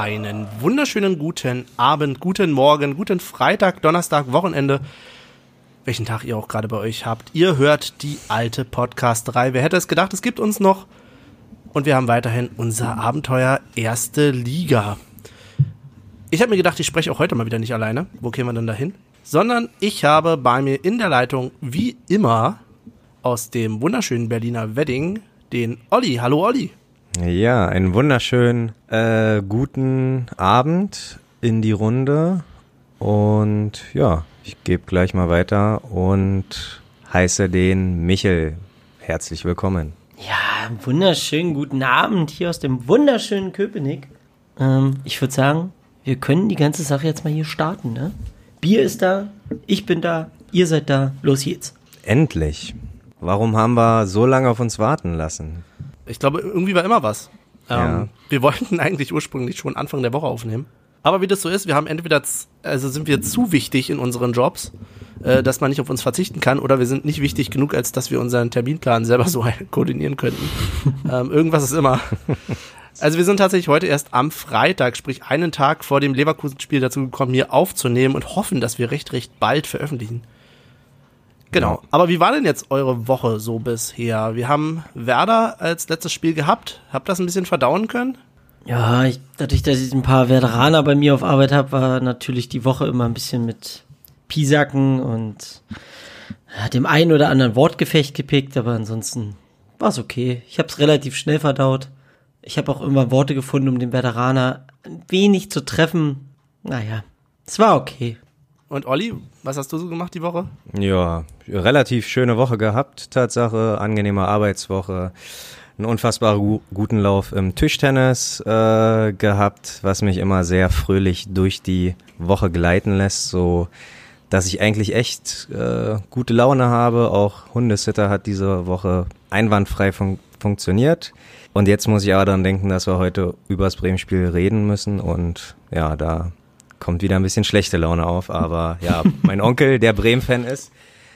Einen wunderschönen guten Abend, guten Morgen, guten Freitag, Donnerstag, Wochenende, welchen Tag ihr auch gerade bei euch habt. Ihr hört die alte Podcast-Reihe. Wer hätte es gedacht, es gibt uns noch und wir haben weiterhin unser Abenteuer Erste Liga. Ich habe mir gedacht, ich spreche auch heute mal wieder nicht alleine. Wo kämen wir denn da hin? Sondern ich habe bei mir in der Leitung, wie immer, aus dem wunderschönen Berliner Wedding, den Olli. Hallo Olli. Ja, einen wunderschönen guten Abend in die Runde und ja, ich gebe gleich mal weiter und heiße den Michel herzlich willkommen. Ja, einen wunderschönen guten Abend hier aus dem wunderschönen Köpenick. Ich würde sagen, wir können die ganze Sache jetzt mal hier starten, ne? Bier ist da, ich bin da, ihr seid da, los geht's. Endlich. Warum haben wir so lange auf uns warten lassen? Ich glaube, irgendwie war immer was. Ja. Wir wollten eigentlich ursprünglich schon Anfang der Woche aufnehmen. Aber wie das so ist, wir haben entweder, sind wir zu wichtig in unseren Jobs, dass man nicht auf uns verzichten kann, oder wir sind nicht wichtig genug, als dass wir unseren Terminplan selber so koordinieren könnten. Irgendwas ist immer. Also wir sind tatsächlich heute erst am Freitag, sprich einen Tag vor dem Leverkusen-Spiel dazu gekommen, hier aufzunehmen und hoffen, dass wir recht bald veröffentlichen. Genau, aber wie war denn jetzt eure Woche so bisher? Wir haben Werder als letztes Spiel gehabt. Habt ihr das ein bisschen verdauen können? Ja, dadurch, dass ich ein paar Veteraner bei mir auf Arbeit habe, war natürlich die Woche immer ein bisschen mit Piesacken und dem einen oder anderen Wortgefecht gepickt, aber ansonsten war es okay. Ich habe es relativ schnell verdaut. Ich habe auch immer Worte gefunden, um den Veteraner ein wenig zu treffen. Naja, es war okay. Und Olli, was hast du so gemacht die Woche? Ja, relativ schöne Woche gehabt, Tatsache, angenehme Arbeitswoche, einen unfassbar guten Lauf im Tischtennis gehabt, was mich immer sehr fröhlich durch die Woche gleiten lässt, so dass ich eigentlich echt gute Laune habe. Auch Hundesitter hat diese Woche einwandfrei funktioniert. Und jetzt muss ich aber daran denken, dass wir heute über das Bremen-Spiel reden müssen und ja, da kommt wieder ein bisschen schlechte Laune auf, aber ja, mein Onkel, der Bremen-Fan ist,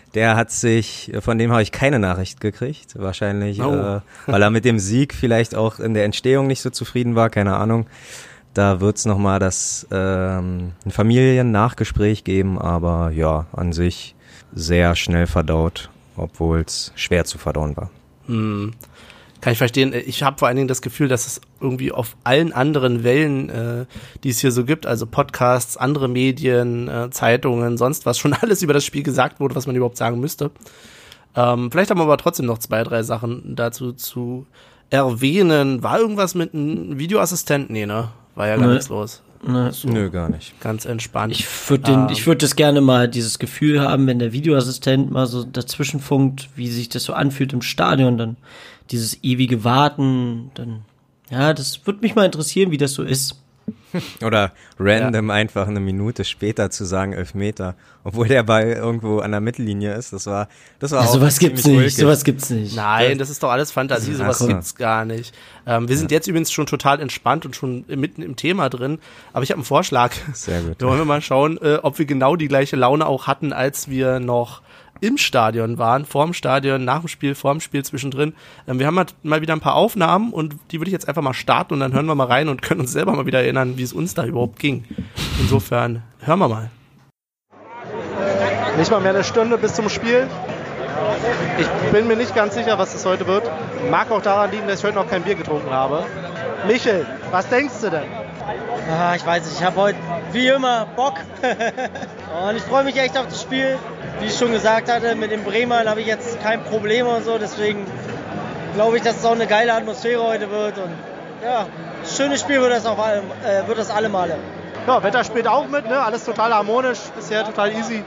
von dem habe ich keine Nachricht gekriegt, wahrscheinlich, weil er mit dem Sieg vielleicht auch in der Entstehung nicht so zufrieden war, keine Ahnung. Da wird's nochmal ein Familiennachgespräch geben, aber ja, an sich sehr schnell verdaut, obwohl es schwer zu verdauen war. Kann ich verstehen. Ich habe vor allen Dingen das Gefühl, dass es irgendwie auf allen anderen Wellen, die es hier so gibt, also Podcasts, andere Medien, Zeitungen, sonst was, schon alles über das Spiel gesagt wurde, was man überhaupt sagen müsste. Vielleicht haben wir aber trotzdem noch 2, 3 Sachen dazu zu erwähnen. War irgendwas mit einem Videoassistenten? Nee, ne? War ja gar nichts los. Nö, gar nicht. Ganz entspannt. Ich würde das gerne mal, dieses Gefühl haben, wenn der Videoassistent mal so dazwischen funkt, wie sich das so anfühlt im Stadion, dann dieses ewige Warten, dann, ja, das würde mich mal interessieren, wie das so ist. Oder random einfach eine Minute später zu sagen 11 Meter, obwohl der Ball irgendwo an der Mittellinie ist. Das war ja, auch sowas gibt's nicht. Sowas gibt's nicht. Nein, das ist doch alles Fantasie. Sowas gibt's gar nicht. Wir sind jetzt übrigens schon total entspannt und schon mitten im Thema drin. Aber ich habe einen Vorschlag. Sehr gut. Wir wollen mal schauen, ob wir genau die gleiche Laune auch hatten, als wir noch im Stadion waren, vorm Stadion, nach dem Spiel, vorm Spiel, zwischendrin. Wir haben mal wieder ein paar Aufnahmen und die würde ich jetzt einfach mal starten und dann hören wir mal rein und können uns selber mal wieder erinnern, wie es uns da überhaupt ging. Insofern, hören wir mal. Nicht mal mehr eine Stunde bis zum Spiel. Ich bin mir nicht ganz sicher, was es heute wird. Mag auch daran liegen, dass ich heute noch kein Bier getrunken habe. Michel, was denkst du denn? Ich weiß nicht, ich habe heute wie immer Bock und ich freue mich echt auf das Spiel. Wie ich schon gesagt hatte, mit den Bremern habe ich jetzt kein Problem und so, deswegen glaube ich, dass es auch eine geile Atmosphäre heute wird und ja, schönes Spiel wird das alle Male. Ja, Wetter spielt auch mit, ne? Alles total harmonisch, bisher total easy.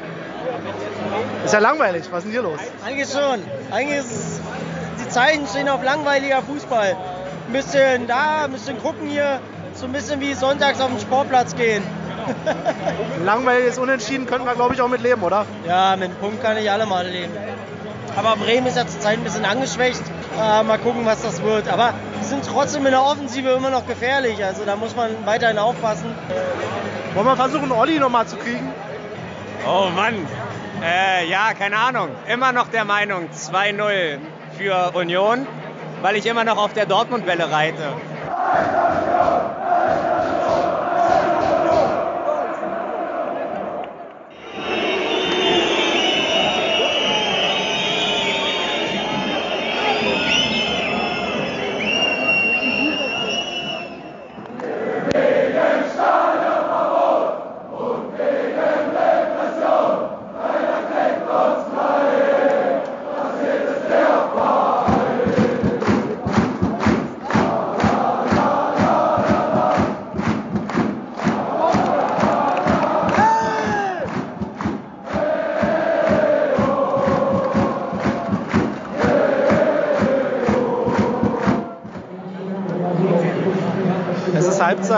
Ist ja langweilig, was ist denn hier los? Eigentlich schon, die Zeichen stehen auf langweiliger Fußball. Ein bisschen gucken hier, so ein bisschen wie sonntags auf den Sportplatz gehen. Langweiliges Unentschieden könnten wir, glaube ich, auch mit leben, oder? Ja, mit einem Punkt kann ich allemal leben. Aber Bremen ist ja zur Zeit ein bisschen angeschwächt. Mal gucken, was das wird. Aber die sind trotzdem in der Offensive immer noch gefährlich. Also da muss man weiterhin aufpassen. Wollen wir versuchen, Olli nochmal zu kriegen? Oh Mann. Ja, keine Ahnung. Immer noch der Meinung 2-0 für Union, weil ich immer noch auf der Dortmund-Welle reite.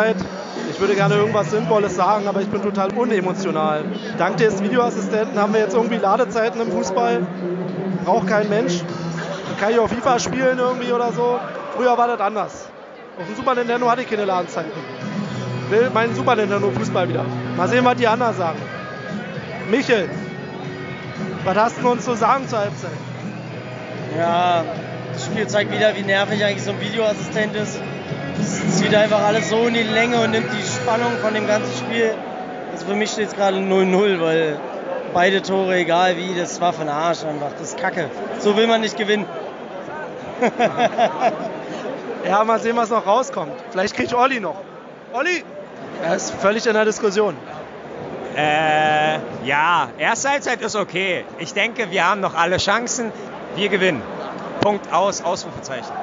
Ladezeit. Ich würde gerne irgendwas Sinnvolles sagen, aber ich bin total unemotional. Dank des Videoassistenten haben wir jetzt irgendwie Ladezeiten im Fußball. Braucht kein Mensch. Dann kann ich auch FIFA spielen irgendwie oder so. Früher war das anders. Auf dem Super Nintendo hatte ich keine Ladezeiten. Will meinen Super Nintendo Fußball wieder. Mal sehen, was die anderen sagen. Michel, was hast du uns zu sagen zur Halbzeit? Ja, das Spiel zeigt wieder, wie nervig eigentlich so ein Videoassistent ist. Es zieht einfach alles so in die Länge und nimmt die Spannung von dem ganzen Spiel. Also für mich steht es gerade 0-0, weil beide Tore, egal wie, das war von Arsch einfach. Das ist Kacke. So will man nicht gewinnen. Ja, mal sehen, was noch rauskommt. Vielleicht kriegt Olli noch. Olli? Er ist völlig in der Diskussion. Ja, erste Halbzeit ist okay. Ich denke, wir haben noch alle Chancen. Wir gewinnen. Punkt aus, Ausrufezeichen.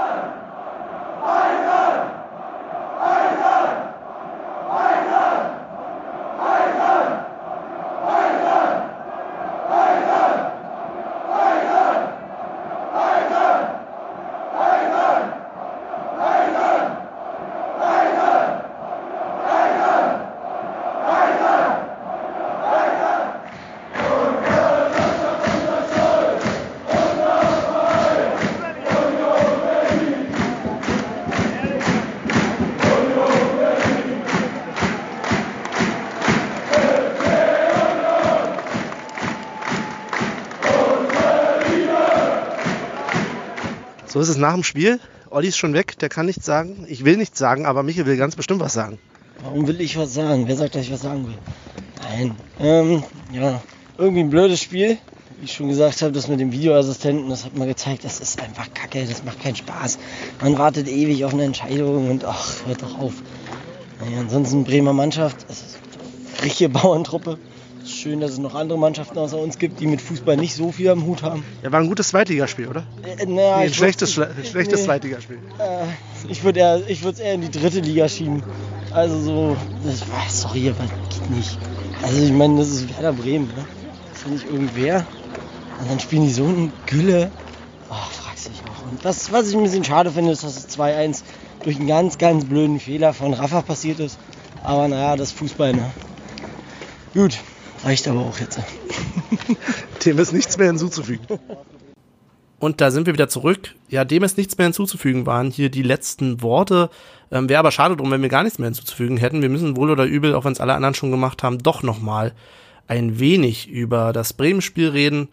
So ist es nach dem Spiel. Olli ist schon weg, der kann nichts sagen. Ich will nichts sagen, aber Michael will ganz bestimmt was sagen. Warum will ich was sagen? Wer sagt, dass ich was sagen will? Nein. Ja, irgendwie ein blödes Spiel. Wie ich schon gesagt habe, das mit dem Videoassistenten, das hat mal gezeigt, das ist einfach Kacke, das macht keinen Spaß. Man wartet ewig auf eine Entscheidung und ach, hört doch auf. Naja, ansonsten Bremer Mannschaft, es ist eine richtige Bauerntruppe. Es ist schön, dass es noch andere Mannschaften außer uns gibt, die mit Fußball nicht so viel am Hut haben. Ja, war ein gutes Zweitligaspiel, oder? Ein schlechtes Zweitligaspiel. Ich würde es eher in die dritte Liga schieben. Also so, sorry, aber geht nicht. Also ich meine, das ist Werder Bremen, ne? Das ist ja nicht irgendwer. Und dann spielen die so eine Gülle. Fragst dich auch. Und was ich ein bisschen schade finde, ist, dass es 2-1 durch einen ganz, ganz blöden Fehler von Rafa passiert ist. Aber naja, das ist Fußball, ne? Gut, reicht aber auch jetzt. Dem ist nichts mehr hinzuzufügen. Und da sind wir wieder zurück. Ja, dem ist nichts mehr hinzuzufügen, waren hier die letzten Worte. Wäre aber schade drum, wenn wir gar nichts mehr hinzuzufügen hätten. Wir müssen wohl oder übel, auch wenn es alle anderen schon gemacht haben, doch nochmal ein wenig über das Bremen-Spiel reden.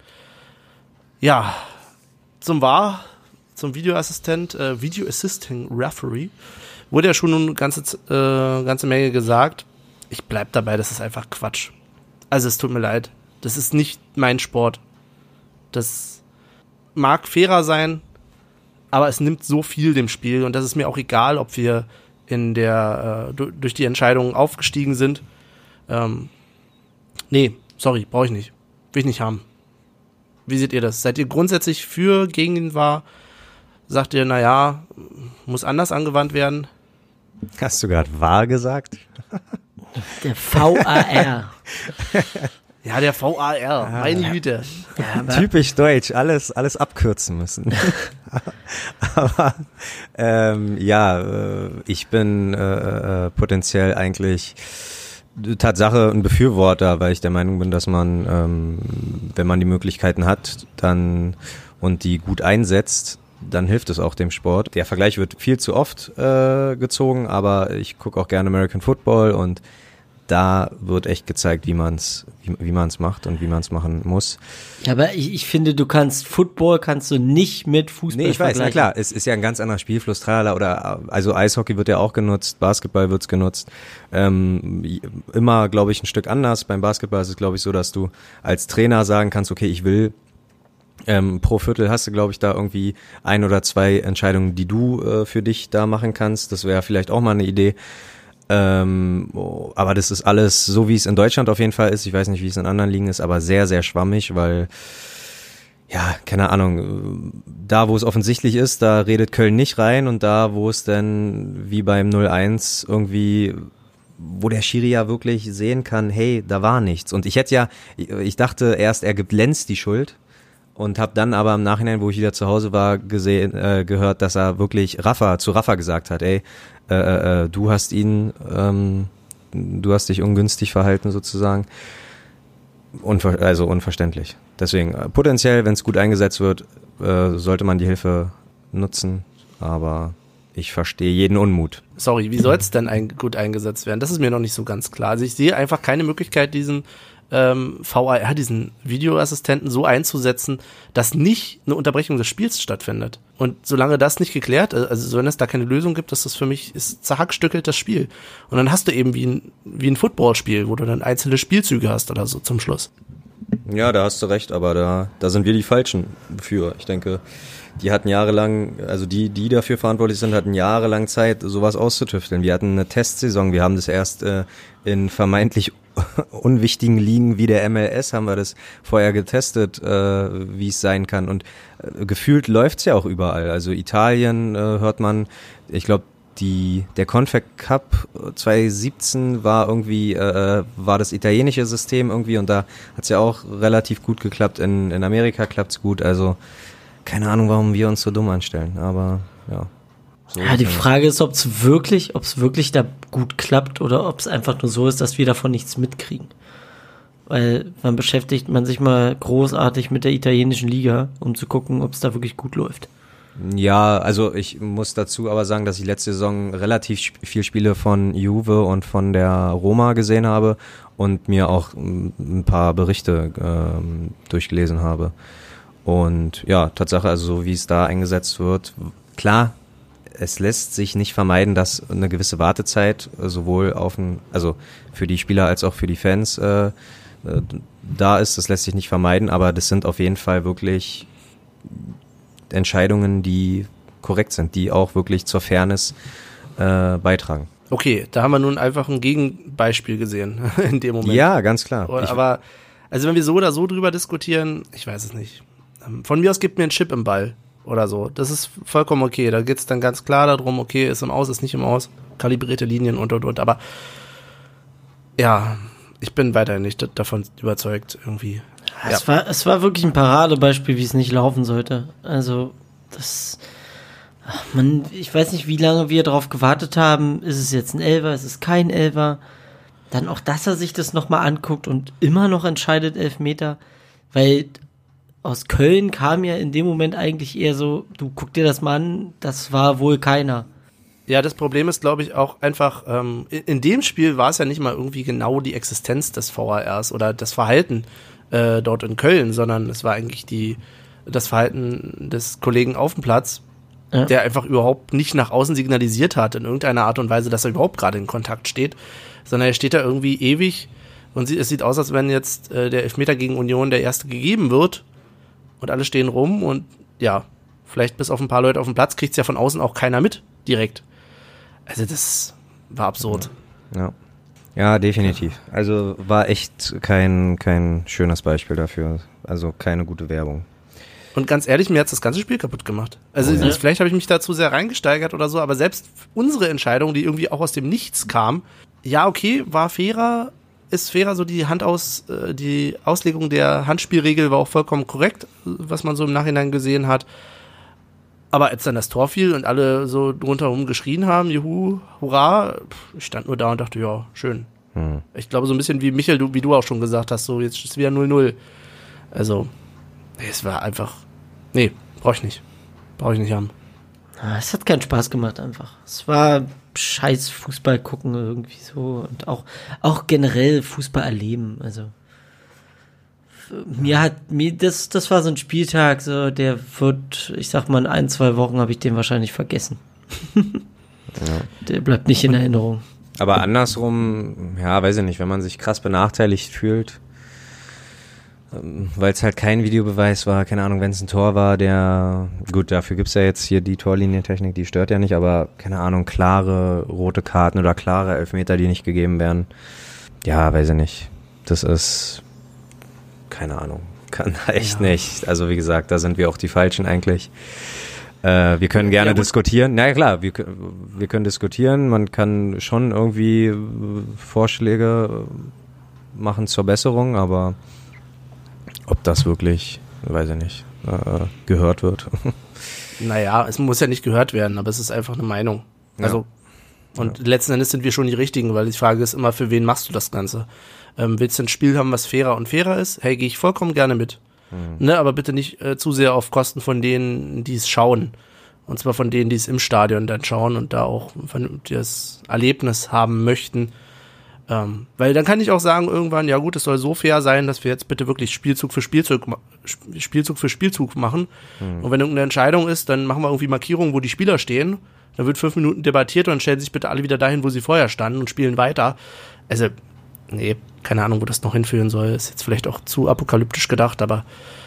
Ja, zum Video Assisting Referee, wurde ja schon eine ganze Menge gesagt. Ich bleib dabei, das ist einfach Quatsch. Also es tut mir leid, das ist nicht mein Sport. Das mag fairer sein, aber es nimmt so viel dem Spiel und das ist mir auch egal, ob wir durch die Entscheidung aufgestiegen sind. Nee, sorry, brauche ich nicht. Will ich nicht haben. Wie seht ihr das? Seid ihr grundsätzlich für, gegen den VAR? Sagt ihr, naja, muss anders angewandt werden? Hast du gerade VAR gesagt? Der VAR. Ja, der VAR, meine Güte. Ja, Typisch deutsch, alles abkürzen müssen. Aber ich bin potenziell eigentlich Tatsache ein Befürworter, weil ich der Meinung bin, dass man, wenn man die Möglichkeiten hat, dann und die gut einsetzt, dann hilft es auch dem Sport. Der Vergleich wird viel zu oft gezogen, aber ich gucke auch gerne American Football und da wird echt gezeigt, wie man's macht und wie man es machen muss. Ja, aber ich finde, Football kannst du nicht mit Fußball ich weiß, vergleichen. na klar, es ist ja ein ganz anderer Spielfluss, also Eishockey wird ja auch genutzt, Basketball wird's genutzt, immer, glaube ich, ein Stück anders. Beim Basketball ist es, glaube ich, so, dass du als Trainer sagen kannst, okay, ich will, pro Viertel hast du, glaube ich, da irgendwie 1 oder 2 Entscheidungen, die du für dich da machen kannst. Das wäre vielleicht auch mal eine Idee. Aber das ist alles so, wie es in Deutschland auf jeden Fall ist. Ich weiß nicht, wie es in anderen Ligen ist, aber sehr, sehr schwammig, weil, ja, keine Ahnung, da, wo es offensichtlich ist, da redet Köln nicht rein und da, wo es dann wie beim 0-1 irgendwie, wo der Schiri ja wirklich sehen kann, hey, da war nichts. Und ich dachte erst, er gibt Lenz die Schuld. Und habe dann aber im Nachhinein, wo ich wieder zu Hause war, gehört, dass er wirklich zu Rafa gesagt hat, ey, du hast dich ungünstig verhalten sozusagen. Also unverständlich. Deswegen potenziell, wenn es gut eingesetzt wird, sollte man die Hilfe nutzen, aber ich verstehe jeden Unmut. Sorry, wie soll es denn gut eingesetzt werden? Das ist mir noch nicht so ganz klar. Also ich sehe einfach keine Möglichkeit, diesen VAR, diesen Videoassistenten so einzusetzen, dass nicht eine Unterbrechung des Spiels stattfindet. Und solange das nicht geklärt, also wenn es da keine Lösung gibt, ist das für mich zerhackstückelt das Spiel. Und dann hast du eben wie ein Footballspiel, wo du dann einzelne Spielzüge hast oder so zum Schluss. Ja, da hast du recht, aber da sind wir die Falschen für. Ich denke, die hatten jahrelang, also die dafür verantwortlich sind, hatten jahrelang Zeit, sowas auszutüfteln. Wir hatten eine Testsaison, wir haben das erst in vermeintlich unwichtigen Ligen wie der MLS haben wir das vorher getestet, wie es sein kann. Und gefühlt läuft's ja auch überall. Also Italien hört man, ich glaube, der Confed Cup 2017 war irgendwie, war das italienische System irgendwie und da hat's ja auch relativ gut geklappt. In Amerika klappt's gut, also keine Ahnung, warum wir uns so dumm anstellen, aber ja. So ja, die Frage ist, ob es wirklich da gut klappt oder ob es einfach nur so ist, dass wir davon nichts mitkriegen. Weil wann beschäftigt man sich mal großartig mit der italienischen Liga, um zu gucken, ob es da wirklich gut läuft. Ja, also ich muss dazu aber sagen, dass ich letzte Saison relativ viel Spiele von Juve und von der Roma gesehen habe und mir auch ein paar Berichte durchgelesen habe. Und ja, Tatsache, also so wie es da eingesetzt wird, klar, es lässt sich nicht vermeiden, dass eine gewisse Wartezeit sowohl also für die Spieler als auch für die Fans da ist. Das lässt sich nicht vermeiden, aber das sind auf jeden Fall wirklich Entscheidungen, die korrekt sind, die auch wirklich zur Fairness beitragen. Okay, da haben wir nun einfach ein Gegenbeispiel gesehen in dem Moment. Ja, ganz klar. Aber also wenn wir so oder so drüber diskutieren, ich weiß es nicht. Von mir aus gibt mir ein Chip im Ball oder so. Das ist vollkommen okay. Da geht's dann ganz klar darum, okay, ist im Aus, ist nicht im Aus, kalibrierte Linien und. Aber ja, ich bin weiterhin nicht davon überzeugt irgendwie. Ja. Es war wirklich ein Paradebeispiel, wie es nicht laufen sollte. Also ich weiß nicht, wie lange wir darauf gewartet haben. Ist es jetzt ein Elfer, ist es kein Elfer? Dann auch, dass er sich das nochmal anguckt und immer noch entscheidet Elfmeter, weil aus Köln kam ja in dem Moment eigentlich eher so, du guck dir das mal an, das war wohl keiner. Ja, das Problem ist, glaube ich, auch einfach, in dem Spiel war es ja nicht mal irgendwie genau die Existenz des VARs oder das Verhalten dort in Köln, sondern es war eigentlich das Verhalten des Kollegen auf dem Platz, ja, der einfach überhaupt nicht nach außen signalisiert hat in irgendeiner Art und Weise, dass er überhaupt gerade in Kontakt steht, sondern er steht da irgendwie ewig und es sieht aus, als wenn jetzt der Elfmeter gegen Union der erste gegeben wird und alle stehen rum und ja, vielleicht bis auf ein paar Leute auf dem Platz kriegt es ja von außen auch keiner mit, direkt. Also das war absurd. Ja, definitiv. Also war echt kein schönes Beispiel dafür. Also keine gute Werbung. Und ganz ehrlich, mir hat's das ganze Spiel kaputt gemacht. Also vielleicht habe ich mich dazu sehr reingesteigert oder so, aber selbst unsere Entscheidung, die irgendwie auch aus dem Nichts kam, ja okay, ist fairer, so die Auslegung der Handspielregel war auch vollkommen korrekt, was man so im Nachhinein gesehen hat. Aber als dann das Tor fiel und alle so rundherum geschrien haben, juhu, hurra, ich stand nur da und dachte, ja, schön. Ich glaube, so ein bisschen wie Michael, wie du auch schon gesagt hast, so jetzt ist es wieder 0-0. Also, es war einfach, nee, brauche ich nicht haben. Es hat keinen Spaß gemacht einfach. Es war scheiß Fußball gucken irgendwie so und auch generell Fußball erleben, also das war so ein Spieltag, so der wird, ich sag mal, in 1-2 Wochen habe ich den wahrscheinlich vergessen. Der bleibt nicht in Erinnerung. Aber andersrum, ja, weiß ich nicht, wenn man sich krass benachteiligt fühlt, weil es halt kein Videobeweis war, keine Ahnung, wenn es ein Tor war, gut, dafür gibt's ja jetzt hier die Torlinientechnik, die stört ja nicht, aber keine Ahnung, klare rote Karten oder klare Elfmeter, die nicht gegeben werden. Ja, weiß ich nicht. Das ist, keine Ahnung, kann echt nicht. Also wie gesagt, da sind wir auch die Falschen eigentlich. Wir können gerne diskutieren. Na ja, klar, wir können diskutieren. Man kann schon irgendwie Vorschläge machen zur Besserung, aber ob das wirklich weiß ich nicht, gehört wird. Naja, es muss ja nicht gehört werden, aber es ist einfach eine Meinung. Also, und letzten Endes sind wir schon die Richtigen, weil die Frage ist immer, für wen machst du das Ganze? Willst du ein Spiel haben, was fairer ist? Hey, gehe ich vollkommen gerne mit. Ne, aber bitte nicht zu sehr auf Kosten von denen, die es schauen. Und zwar von denen, die es im Stadion dann schauen und da auch das Erlebnis haben möchten. Weil dann kann ich auch sagen, irgendwann, ja gut, es soll so fair sein, dass wir jetzt bitte wirklich Spielzug für Spielzug machen. Und wenn irgendeine Entscheidung ist, dann machen wir irgendwie Markierungen, wo die Spieler stehen. Dann wird 5 Minuten debattiert und dann stellen sich bitte alle wieder dahin, wo sie vorher standen und spielen weiter. Also, nee, keine Ahnung, wo das noch hinführen soll. Ist jetzt vielleicht auch zu apokalyptisch gedacht, aber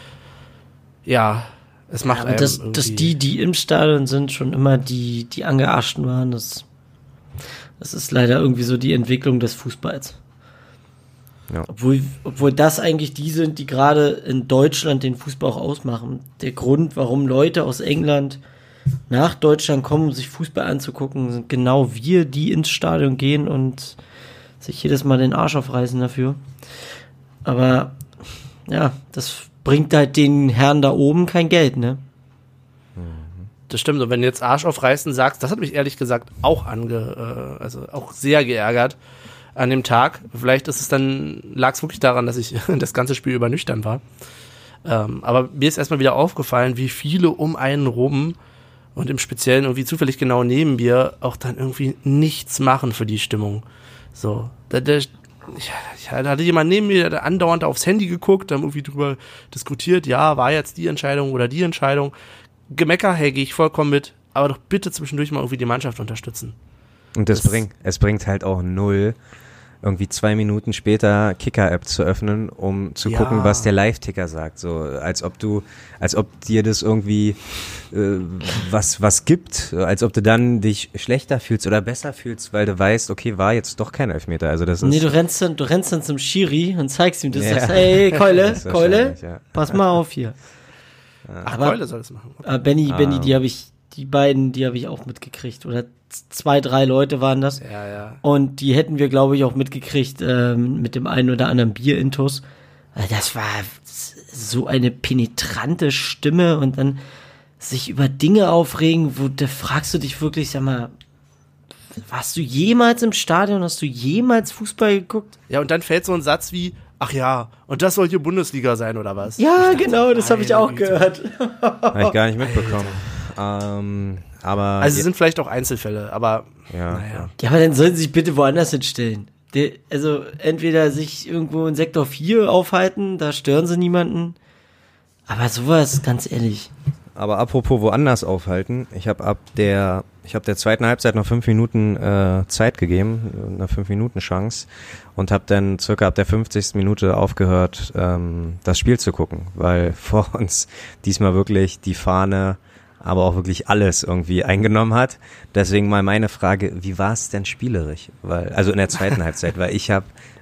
ja, es macht aber dass die im Stadion sind, schon immer die Angearschten waren, das ist leider irgendwie so die Entwicklung des Fußballs. Ja. Obwohl das eigentlich die sind, die gerade in Deutschland den Fußball auch ausmachen. Der Grund, warum Leute aus England nach Deutschland kommen, um sich Fußball anzugucken, sind genau wir, die ins Stadion gehen und sich jedes Mal den Arsch aufreißen dafür. Aber ja, das bringt halt den Herren da oben kein Geld, ne? Das stimmt, und wenn du jetzt Arsch aufreißen sagst, das hat mich ehrlich gesagt auch also auch sehr geärgert an dem Tag. Vielleicht ist es dann, lag es wirklich daran, dass ich das ganze Spiel über nüchtern war. Aber mir ist erstmal wieder aufgefallen, wie viele um einen rum und im Speziellen irgendwie zufällig genau neben mir auch dann irgendwie nichts machen für die Stimmung. So, da hatte jemand neben mir, der andauernd aufs Handy geguckt, dann irgendwie drüber diskutiert, ja, war jetzt die Entscheidung oder die Entscheidung. Gemecker, hey, gehe ich vollkommen mit, aber doch bitte zwischendurch mal irgendwie die Mannschaft unterstützen. Und es bringt halt auch null, irgendwie 2 Minuten später Kicker-App zu öffnen, um zu gucken, was der Live-Ticker sagt. So, als ob dir das irgendwie was gibt, als ob du dann dich schlechter fühlst oder besser fühlst, weil du weißt, okay, war jetzt doch kein Elfmeter. Also das ist. Nee, du rennst dann zum Schiri und zeigst ihm das, sagst, hey, Keule, pass mal auf hier. Ach, aber Keule soll das machen. Okay. Benny, die beiden habe ich auch mitgekriegt. Oder 2, 3 Leute waren das. Ja. Und die hätten wir, glaube ich, auch mitgekriegt mit dem einen oder anderen Bierintus. Das war so eine penetrante Stimme und dann sich über Dinge aufregen, wo da fragst du dich wirklich, sag mal, warst du jemals im Stadion? Hast du jemals Fußball geguckt? Ja, und dann fällt so ein Satz wie, ach ja, und das soll hier Bundesliga sein, oder was? Ja, genau, das habe ich auch gehört. Habe ich gar nicht mitbekommen. Aber also es sind vielleicht auch Einzelfälle, aber naja. Ja, aber dann sollen sie sich bitte woanders hinstellen. Also entweder sich irgendwo in Sektor 4 aufhalten, da stören sie niemanden. Aber sowas, ganz ehrlich. Aber apropos woanders aufhalten, ich habe der zweiten Halbzeit noch 5 Minuten Zeit gegeben, eine 5-Minuten-Chance und habe dann circa ab der 50. Minute aufgehört, das Spiel zu gucken, weil vor uns diesmal wirklich die Fahne, aber auch wirklich alles irgendwie eingenommen hat. Deswegen mal meine Frage, wie war es denn spielerisch? Also in der zweiten Halbzeit, weil ich habe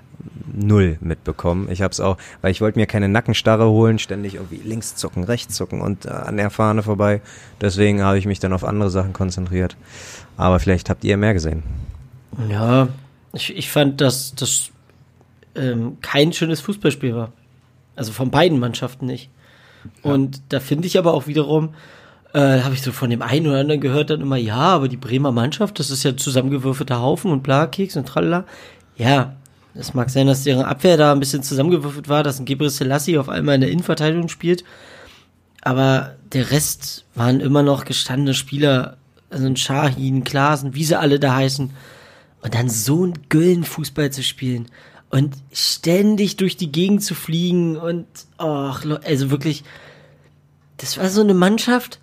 0 mitbekommen. Ich habe es auch, weil ich wollte mir keine Nackenstarre holen, ständig irgendwie links zucken, rechts zucken und an der Fahne vorbei. Deswegen habe ich mich dann auf andere Sachen konzentriert. Aber vielleicht habt ihr mehr gesehen. Ja, ich fand, dass das kein schönes Fußballspiel war. Also von beiden Mannschaften nicht. Ja. Und da finde ich aber auch wiederum, habe ich so von dem einen oder anderen gehört dann immer, ja, aber die Bremer Mannschaft, das ist ja zusammengewürfelter Haufen und bla, Keks und tralala. Ja, es mag sein, dass deren Abwehr da ein bisschen zusammengewürfelt war, dass ein Gebre Selassie auf einmal in der Innenverteidigung spielt. Aber der Rest waren immer noch gestandene Spieler, also ein Shahin, Klaassen, wie sie alle da heißen. Und dann so einen Göllen-Fußball zu spielen und ständig durch die Gegend zu fliegen und, also wirklich, das war so eine Mannschaft,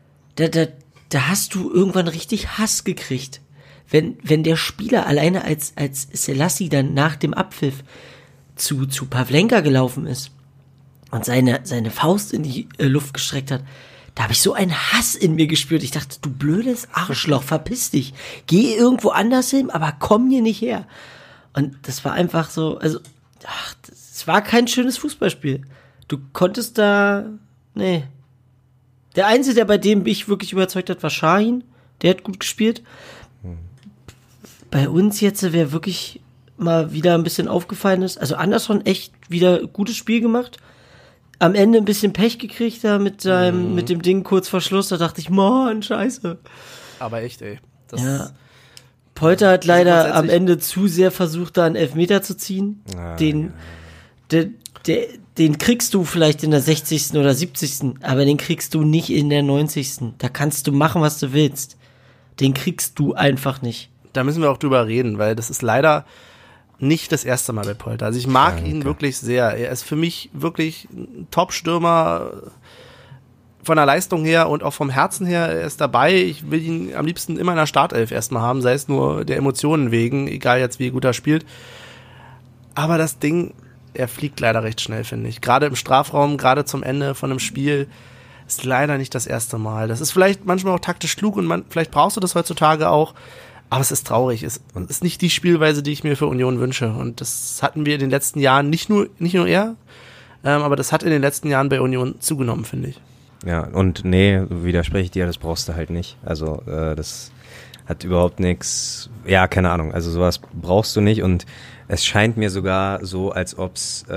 da hast du irgendwann richtig Hass gekriegt. Wenn der Spieler alleine als Selassie dann nach dem Abpfiff zu Pavlenka gelaufen ist und seine Faust in die Luft gestreckt hat, da habe ich so einen Hass in mir gespürt. Ich dachte, du blödes Arschloch, verpiss dich. Geh irgendwo anders hin, aber komm hier nicht her. Und das war einfach so, also, es war kein schönes Fußballspiel. Du konntest nee. Der Einzige, der bei dem mich wirklich überzeugt hat, war Shahin. Der hat gut gespielt. Bei uns jetzt, wer wirklich mal wieder ein bisschen aufgefallen ist, also Anderson echt wieder gutes Spiel gemacht. am Ende ein bisschen Pech gekriegt da mit dem Ding kurz vor Schluss. Da dachte ich, Mann, scheiße. Aber echt, ey. Ja. Polter hat leider am Ende zu sehr versucht, da einen Elfmeter zu ziehen. Den kriegst du vielleicht in der 60. oder 70., aber den kriegst du nicht in der 90. Da kannst du machen, was du willst. Den kriegst du einfach nicht. Da müssen wir auch drüber reden, weil das ist leider nicht das erste Mal bei Polter. Also ich mag ihn wirklich sehr. Er ist für mich wirklich ein Top-Stürmer von der Leistung her und auch vom Herzen her. Er ist dabei. Ich will ihn am liebsten immer in der Startelf erstmal haben, sei es nur der Emotionen wegen, egal jetzt wie gut er spielt. Aber das Ding, er fliegt leider recht schnell, finde ich. Gerade im Strafraum, gerade zum Ende von einem Spiel, ist leider nicht das erste Mal. Das ist vielleicht manchmal auch taktisch klug und vielleicht brauchst du das heutzutage auch. Aber es ist traurig. Es ist nicht die Spielweise, die ich mir für Union wünsche. Und das hatten wir in den letzten Jahren, nicht nur er, aber das hat in den letzten Jahren bei Union zugenommen, finde ich. Ja, und nee, widerspreche ich dir, das brauchst du halt nicht. Also das hat überhaupt nichts, ja, keine Ahnung, also sowas brauchst du nicht. Und es scheint mir sogar so, als ob es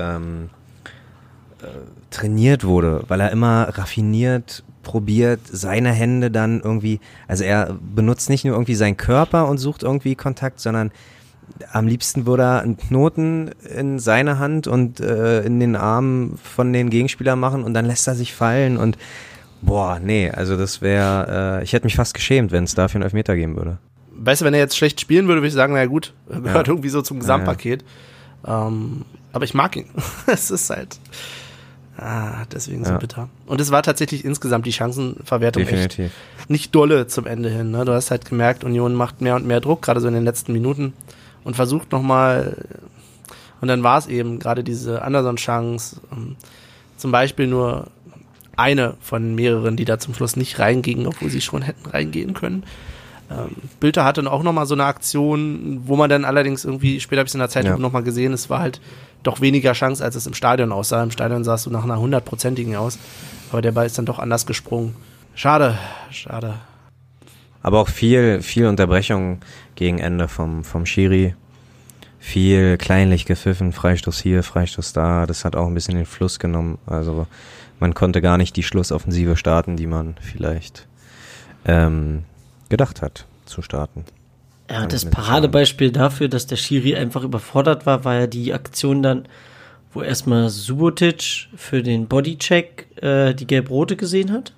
trainiert wurde, weil er immer raffiniert probiert, seine Hände dann irgendwie, also er benutzt nicht nur irgendwie seinen Körper und sucht irgendwie Kontakt, sondern am liebsten würde er einen Knoten in seine Hand und in den Arm von den Gegenspielern machen und dann lässt er sich fallen und boah, nee, also das wäre, ich hätte mich fast geschämt, wenn es dafür einen Elfmeter geben würde. Weißt du, wenn er jetzt schlecht spielen würde ich sagen, naja gut, gehört irgendwie so zum Gesamtpaket. Aber ich mag ihn. Es ist halt deswegen so bitter. Und es war tatsächlich insgesamt die Chancenverwertung definitiv echt nicht dolle zum Ende hin. Ne? Du hast halt gemerkt, Union macht mehr und mehr Druck, gerade so in den letzten Minuten und versucht nochmal, und dann war es eben gerade diese Anderson-Chance, zum Beispiel nur eine von mehreren, die da zum Schluss nicht reingingen, obwohl sie schon hätten reingehen können. Bülter hatte auch nochmal so eine Aktion, wo man dann allerdings irgendwie, später habe ich es in der Zeitung nochmal gesehen, es war halt doch weniger Chance, als es im Stadion aussah. Im Stadion sah es so nach einer 100%igen aus, aber der Ball ist dann doch anders gesprungen. Schade. Aber auch viel Unterbrechung gegen Ende vom Schiri. Viel kleinlich gepfiffen, Freistoß hier, Freistoß da. Das hat auch ein bisschen den Fluss genommen. Also man konnte gar nicht die Schlussoffensive starten, die man vielleicht gedacht hat zu starten. Ja, das Paradebeispiel dafür, dass der Schiri einfach überfordert war ja die Aktion dann, wo erstmal Subotic für den Bodycheck die Gelb-Rote gesehen hat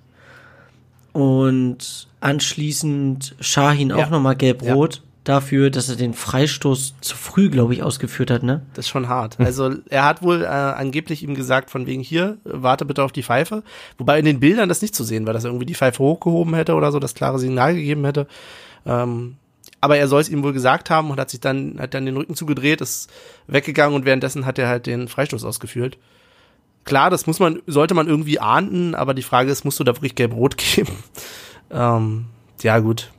und anschließend Şahin auch nochmal Gelb-Rot dafür, dass er den Freistoß zu früh, glaube ich, ausgeführt hat, ne? Das ist schon hart. Also er hat wohl angeblich ihm gesagt, von wegen hier, warte bitte auf die Pfeife. Wobei in den Bildern das nicht zu sehen war, dass er irgendwie die Pfeife hochgehoben hätte oder so, das klare Signal gegeben hätte. Aber er soll es ihm wohl gesagt haben und hat dann den Rücken zugedreht, ist weggegangen und währenddessen hat er halt den Freistoß ausgeführt. Klar, das sollte man irgendwie ahnden, aber die Frage ist, musst du da wirklich Gelb-Rot geben? Ja, gut.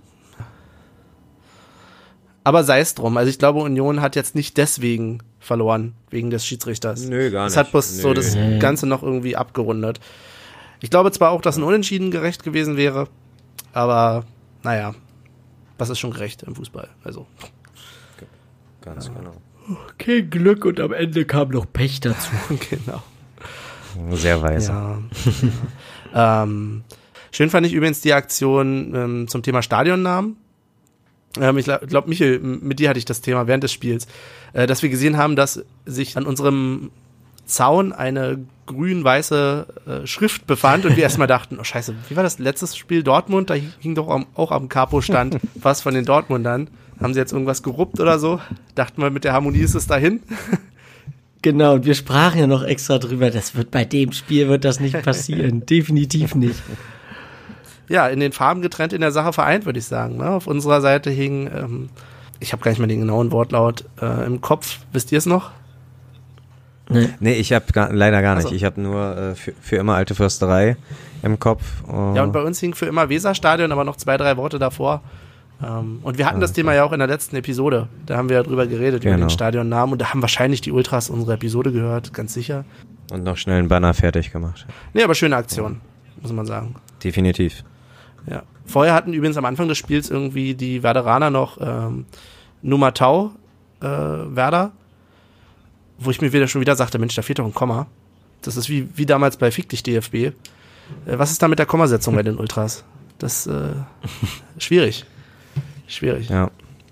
Aber sei es drum. Also ich glaube, Union hat jetzt nicht deswegen verloren, wegen des Schiedsrichters. Nö, gar nicht. Es hat bloß so das Ganze noch irgendwie abgerundet. Ich glaube zwar auch, dass ein Unentschieden gerecht gewesen wäre, aber naja, was ist schon gerecht im Fußball? Also. Ganz genau. Kein Glück und am Ende kam noch Pech dazu. Genau. Sehr weise. Ja. Schön fand ich übrigens die Aktion zum Thema Stadionnamen. Ich glaube, Michael, mit dir hatte ich das Thema während des Spiels, dass wir gesehen haben, dass sich an unserem Zaun eine grün-weiße Schrift befand und wir erstmal dachten, oh scheiße, wie war das letztes Spiel Dortmund? Da hing doch auch am Capo-Stand was von den Dortmundern. Haben sie jetzt irgendwas geruppt oder so? Dachten wir, mit der Harmonie ist es dahin. Genau, und wir sprachen ja noch extra drüber, bei dem Spiel wird das nicht passieren. Definitiv nicht. Ja, in den Farben getrennt, in der Sache vereint, würde ich sagen. Ne? Auf unserer Seite hing, ich habe gar nicht mehr den genauen Wortlaut im Kopf. Wisst ihr es noch? Nee, ich habe leider gar nicht. Also. Ich habe nur für immer Alte Försterei im Kopf. Ja, und bei uns hing für immer Weserstadion, aber noch 2-3 Worte davor. Und wir hatten das Thema ja auch in der letzten Episode. Da haben wir ja drüber geredet, über den Stadionnamen. Und da haben wahrscheinlich die Ultras unsere Episode gehört, ganz sicher. Und noch schnell einen Banner fertig gemacht. Nee, aber schöne Aktion, muss man sagen. Definitiv. Ja. Vorher hatten übrigens am Anfang des Spiels irgendwie die Werderaner noch Nummer Tau Werder, wo ich mir schon wieder sagte, Mensch, da fehlt doch ein Komma. Das ist wie damals bei Fick dich DFB. Was ist da mit der Kommasetzung bei den Ultras? Das schwierig. Schwierig. Ja.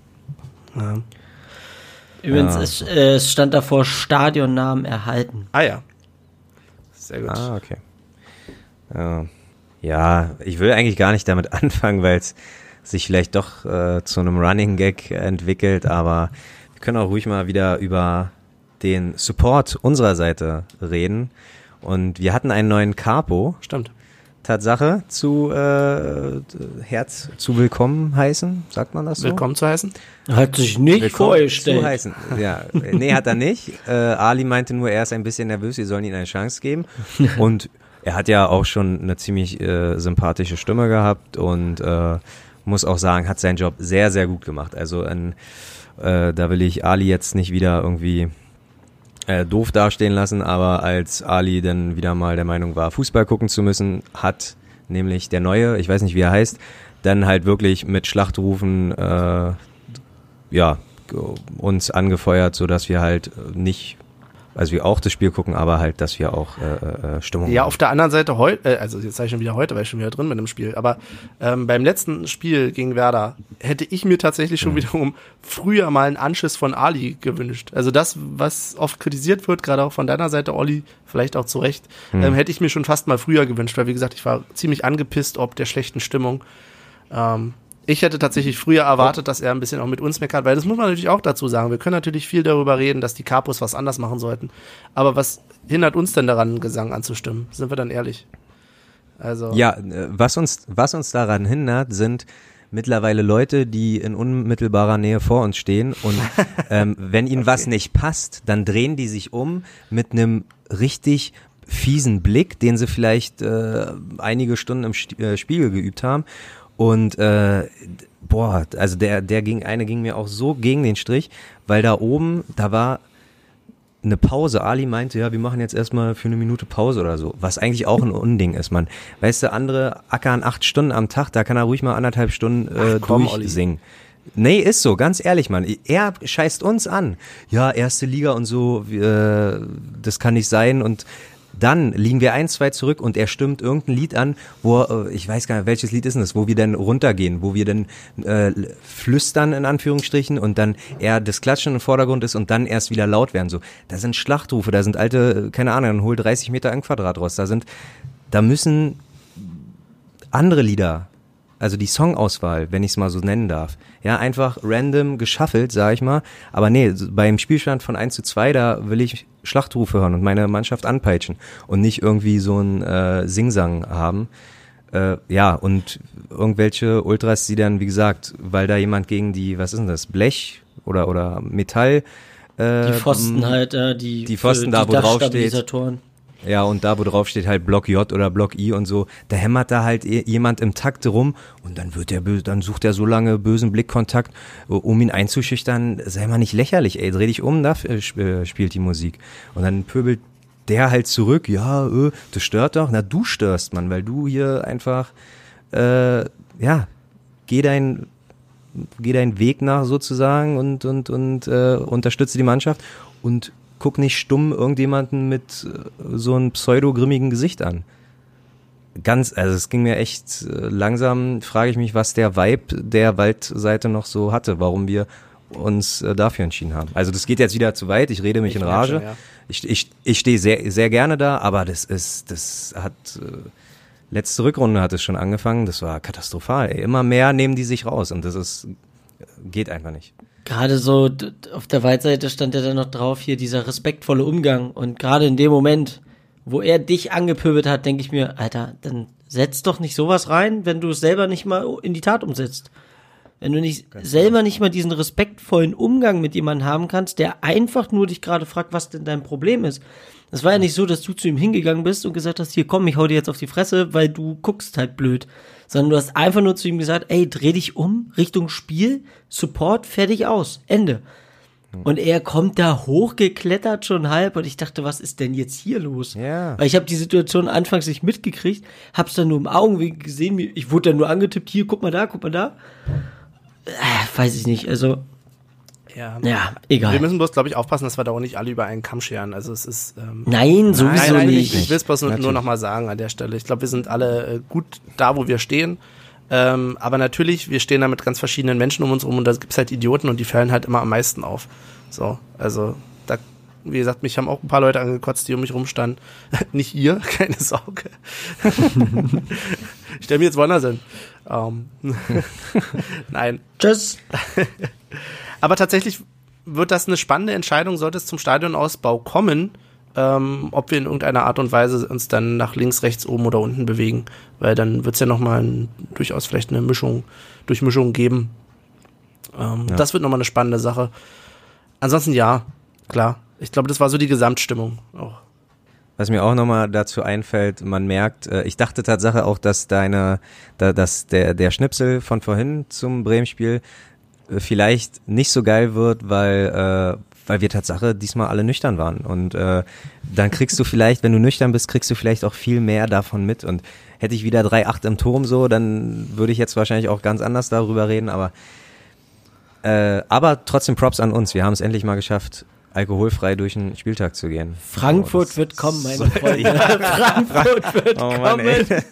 Übrigens, es stand davor Stadionnamen erhalten. Ah ja. Sehr gut. Ah, okay. Ja, ich will eigentlich gar nicht damit anfangen, weil es sich vielleicht doch zu einem Running Gag entwickelt, aber wir können auch ruhig mal wieder über den Support unserer Seite reden. Und wir hatten einen neuen Capo. Stimmt. Tatsache zu willkommen heißen, sagt man das so? Willkommen zu heißen? Hat sich nicht Willkommen vorgestellt. zu heißen. Ja, nee, hat er nicht. Ali meinte nur, er ist ein bisschen nervös, sie sollen ihm eine Chance geben. Und er hat ja auch schon eine ziemlich sympathische Stimme gehabt und muss auch sagen, hat seinen Job sehr, sehr gut gemacht. Also da will ich Ali jetzt nicht wieder irgendwie doof dastehen lassen, aber als Ali dann wieder mal der Meinung war, Fußball gucken zu müssen, hat nämlich der Neue, ich weiß nicht, wie er heißt, dann halt wirklich mit Schlachtrufen uns angefeuert, sodass wir halt nicht, also wir auch das Spiel gucken, aber halt, dass wir auch Stimmung Ja, haben. auf der anderen Seite also jetzt sage ich schon wieder heute, weil ich schon wieder drin bin im Spiel, aber beim letzten Spiel gegen Werder hätte ich mir tatsächlich schon wiederum früher mal einen Anschiss von Ali gewünscht. Also das, was oft kritisiert wird, gerade auch von deiner Seite, Olli, vielleicht auch zu Recht, hätte ich mir schon fast mal früher gewünscht, weil wie gesagt, ich war ziemlich angepisst ob der schlechten Stimmung. Ich hätte tatsächlich früher erwartet, dass er ein bisschen auch mit uns meckert, weil das muss man natürlich auch dazu sagen. Wir können natürlich viel darüber reden, dass die Capos was anders machen sollten. Aber was hindert uns denn daran, Gesang anzustimmen? Sind wir dann ehrlich? Also Ja, was uns daran hindert, sind mittlerweile Leute, die in unmittelbarer Nähe vor uns stehen und wenn ihnen was nicht passt, dann drehen die sich um mit einem richtig fiesen Blick, den sie vielleicht einige Stunden im Spiegel geübt haben. Und also der ging mir auch so gegen den Strich, weil da oben, da war eine Pause. Ali meinte, ja, wir machen jetzt erstmal für eine Minute Pause oder so, was eigentlich auch ein Unding ist, Mann. Weißt du, andere ackern 8 Stunden am Tag, da kann er ruhig mal 1,5 Stunden durchsingen. Nee, ist so, ganz ehrlich, Mann. Er scheißt uns an. Ja, erste Liga und so, das kann nicht sein und dann liegen wir 1-2 zurück und er stimmt irgendein Lied an, wo, ich weiß gar nicht, welches Lied ist denn das, wo wir dann runtergehen, wo wir dann flüstern in Anführungsstrichen und dann eher das Klatschen im Vordergrund ist und dann erst wieder laut werden. So, da sind Schlachtrufe, da sind alte, keine Ahnung, dann hol 30 Meter im Quadrat raus. Da müssen andere Lieder, also die Songauswahl, wenn ich es mal so nennen darf, ja, einfach random geschaffelt, sag ich mal, aber nee, beim Spielstand von 1:2, da will ich Schlachtrufe hören und meine Mannschaft anpeitschen und nicht irgendwie so ein Singsang haben. Ja, und irgendwelche Ultras, die dann, wie gesagt, weil da jemand gegen die, was ist denn das, Blech oder Metall, die Pfosten halt, die Pfosten da, wo drauf steht. Ja, und da, wo drauf steht halt Block J oder Block I und so, da hämmert da halt jemand im Takt rum und dann dann sucht er so lange bösen Blickkontakt, um ihn einzuschüchtern, sei mal nicht lächerlich, ey, dreh dich um, da spielt die Musik. Und dann pöbelt der halt zurück, ja, das stört doch, na du störst, Mann, weil du hier einfach, geh deinen Weg nach sozusagen und unterstütze die Mannschaft und guck nicht stumm irgendjemanden mit so einem pseudo-grimmigen Gesicht an. Also es ging mir echt langsam, frage ich mich, was der Vibe der Waldseite noch so hatte, warum wir uns dafür entschieden haben. Also das geht jetzt wieder zu weit, ich rede mich in Rage. Schon, ja. Ich stehe sehr, sehr gerne da, aber letzte Rückrunde hat es schon angefangen, das war katastrophal. Ey. Immer mehr nehmen die sich raus und geht einfach nicht. Gerade so auf der Waldseite stand ja dann noch drauf, hier dieser respektvolle Umgang. Und gerade in dem Moment, wo er dich angepöbelt hat, denke ich mir, Alter, dann setz doch nicht sowas rein, wenn du es selber nicht mal in die Tat umsetzt. Wenn du nicht selber nicht mal diesen respektvollen Umgang mit jemandem haben kannst, der einfach nur dich gerade fragt, was denn dein Problem ist. Es war ja nicht so, dass du zu ihm hingegangen bist und gesagt hast, hier komm, ich hau dir jetzt auf die Fresse, weil du guckst halt blöd. Sondern du hast einfach nur zu ihm gesagt, ey, dreh dich um, Richtung Spiel, Support, fertig, aus, Ende. Und er kommt da hochgeklettert schon halb und ich dachte, was ist denn jetzt hier los? Ja. Weil ich habe die Situation anfangs nicht mitgekriegt, hab's dann nur im Augenwinkel gesehen, ich wurde dann nur angetippt, hier, guck mal da. Weiß ich nicht, also Ja, egal. Wir müssen bloß, glaube ich, aufpassen, dass wir da auch nicht alle über einen Kamm scheren. Also es ist Nein, sowieso nicht. Ich will es bloß nur noch mal sagen an der Stelle. Ich glaube, wir sind alle gut da, wo wir stehen. Aber natürlich, wir stehen da mit ganz verschiedenen Menschen um uns rum und da gibt's halt Idioten und die fallen halt immer am meisten auf. So, also da, wie gesagt, mich haben auch ein paar Leute angekotzt, die um mich rumstanden. Nicht ihr, keine Sorge. Ich stelle mir jetzt woanders hin. Nein. Tschüss. Aber tatsächlich wird das eine spannende Entscheidung, sollte es zum Stadionausbau kommen, ob wir in irgendeiner Art und Weise uns dann nach links, rechts, oben oder unten bewegen. Weil dann wird es ja nochmal durchaus vielleicht eine Durchmischung geben. Das wird nochmal eine spannende Sache. Ansonsten ja, klar. Ich glaube, das war so die Gesamtstimmung auch. Was mir auch nochmal dazu einfällt, man merkt, ich dachte Tatsache auch, dass der Schnipsel von vorhin zum Bremen-Spiel vielleicht nicht so geil wird, weil wir Tatsache diesmal alle nüchtern waren. Und dann kriegst du vielleicht, wenn du nüchtern bist, kriegst du vielleicht auch viel mehr davon mit. Und hätte ich wieder 3-8 im Turm so, dann würde ich jetzt wahrscheinlich auch ganz anders darüber reden. Aber trotzdem Props an uns. Wir haben es endlich mal geschafft, alkoholfrei durch den Spieltag zu gehen. Frankfurt wird kommen, meine Freunde. Frankfurt wird kommen.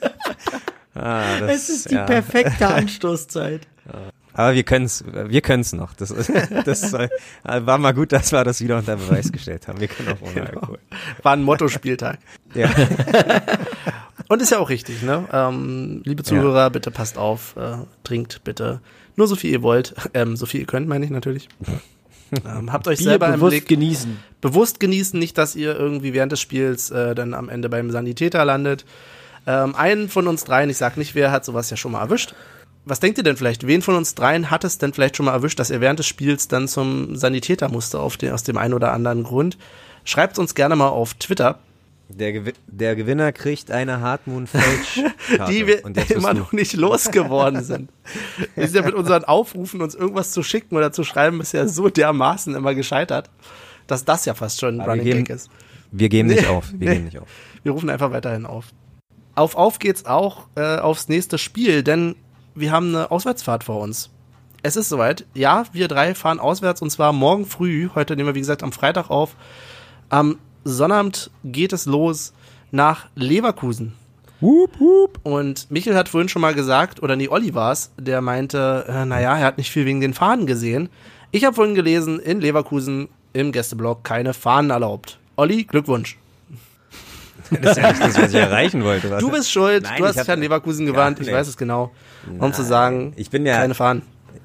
Es ist die perfekte Anstoßzeit. Aber wir können's noch. Das war mal gut, dass wir das wieder unter Beweis gestellt haben. Wir können auch ohne Alkohol. War ein Motto-Spieltag. Ja. Und ist ja auch richtig, ne? Liebe Zuhörer, bitte passt auf, trinkt bitte nur so viel ihr wollt, so viel ihr könnt, meine ich natürlich. Habt euch Bier selber im Blick. genießen. Bewusst genießen, nicht, dass ihr irgendwie während des Spiels dann am Ende beim Sanitäter landet. Einen von uns dreien, ich sag nicht wer, hat sowas ja schon mal erwischt. Was denkt ihr denn vielleicht? Wen von uns dreien hat es denn vielleicht schon mal erwischt, dass er während des Spiels dann zum Sanitäter musste, aus dem einen oder anderen Grund? Schreibt uns gerne mal auf Twitter. Der Gewinner kriegt eine Hartmut-Fälsch-Karte. Die wir immer noch nicht losgeworden sind. Wir sind ja mit unseren Aufrufen, uns irgendwas zu schicken oder zu schreiben, bisher so dermaßen immer gescheitert, dass das ja fast schon ein Running Gag ist. Wir geben nicht auf. Wir rufen einfach weiterhin auf. Auf geht's auch aufs nächste Spiel, denn wir haben eine Auswärtsfahrt vor uns. Es ist soweit. Ja, wir drei fahren auswärts und zwar morgen früh. Heute nehmen wir, wie gesagt, am Freitag auf. Am Sonnabend geht es los nach Leverkusen. Wup, wup. Und Michel hat vorhin schon mal gesagt, oder nee, Olli war's, der meinte, er hat nicht viel wegen den Fahnen gesehen. Ich habe vorhin gelesen, in Leverkusen im Gästeblock keine Fahnen erlaubt. Olli, Glückwunsch. Das ist ja nicht das, was ich erreichen wollte. Du bist schuld, Nein, du hast dich an Leverkusen gewarnt, ich weiß es genau. Um zu sagen, keine Fahnen.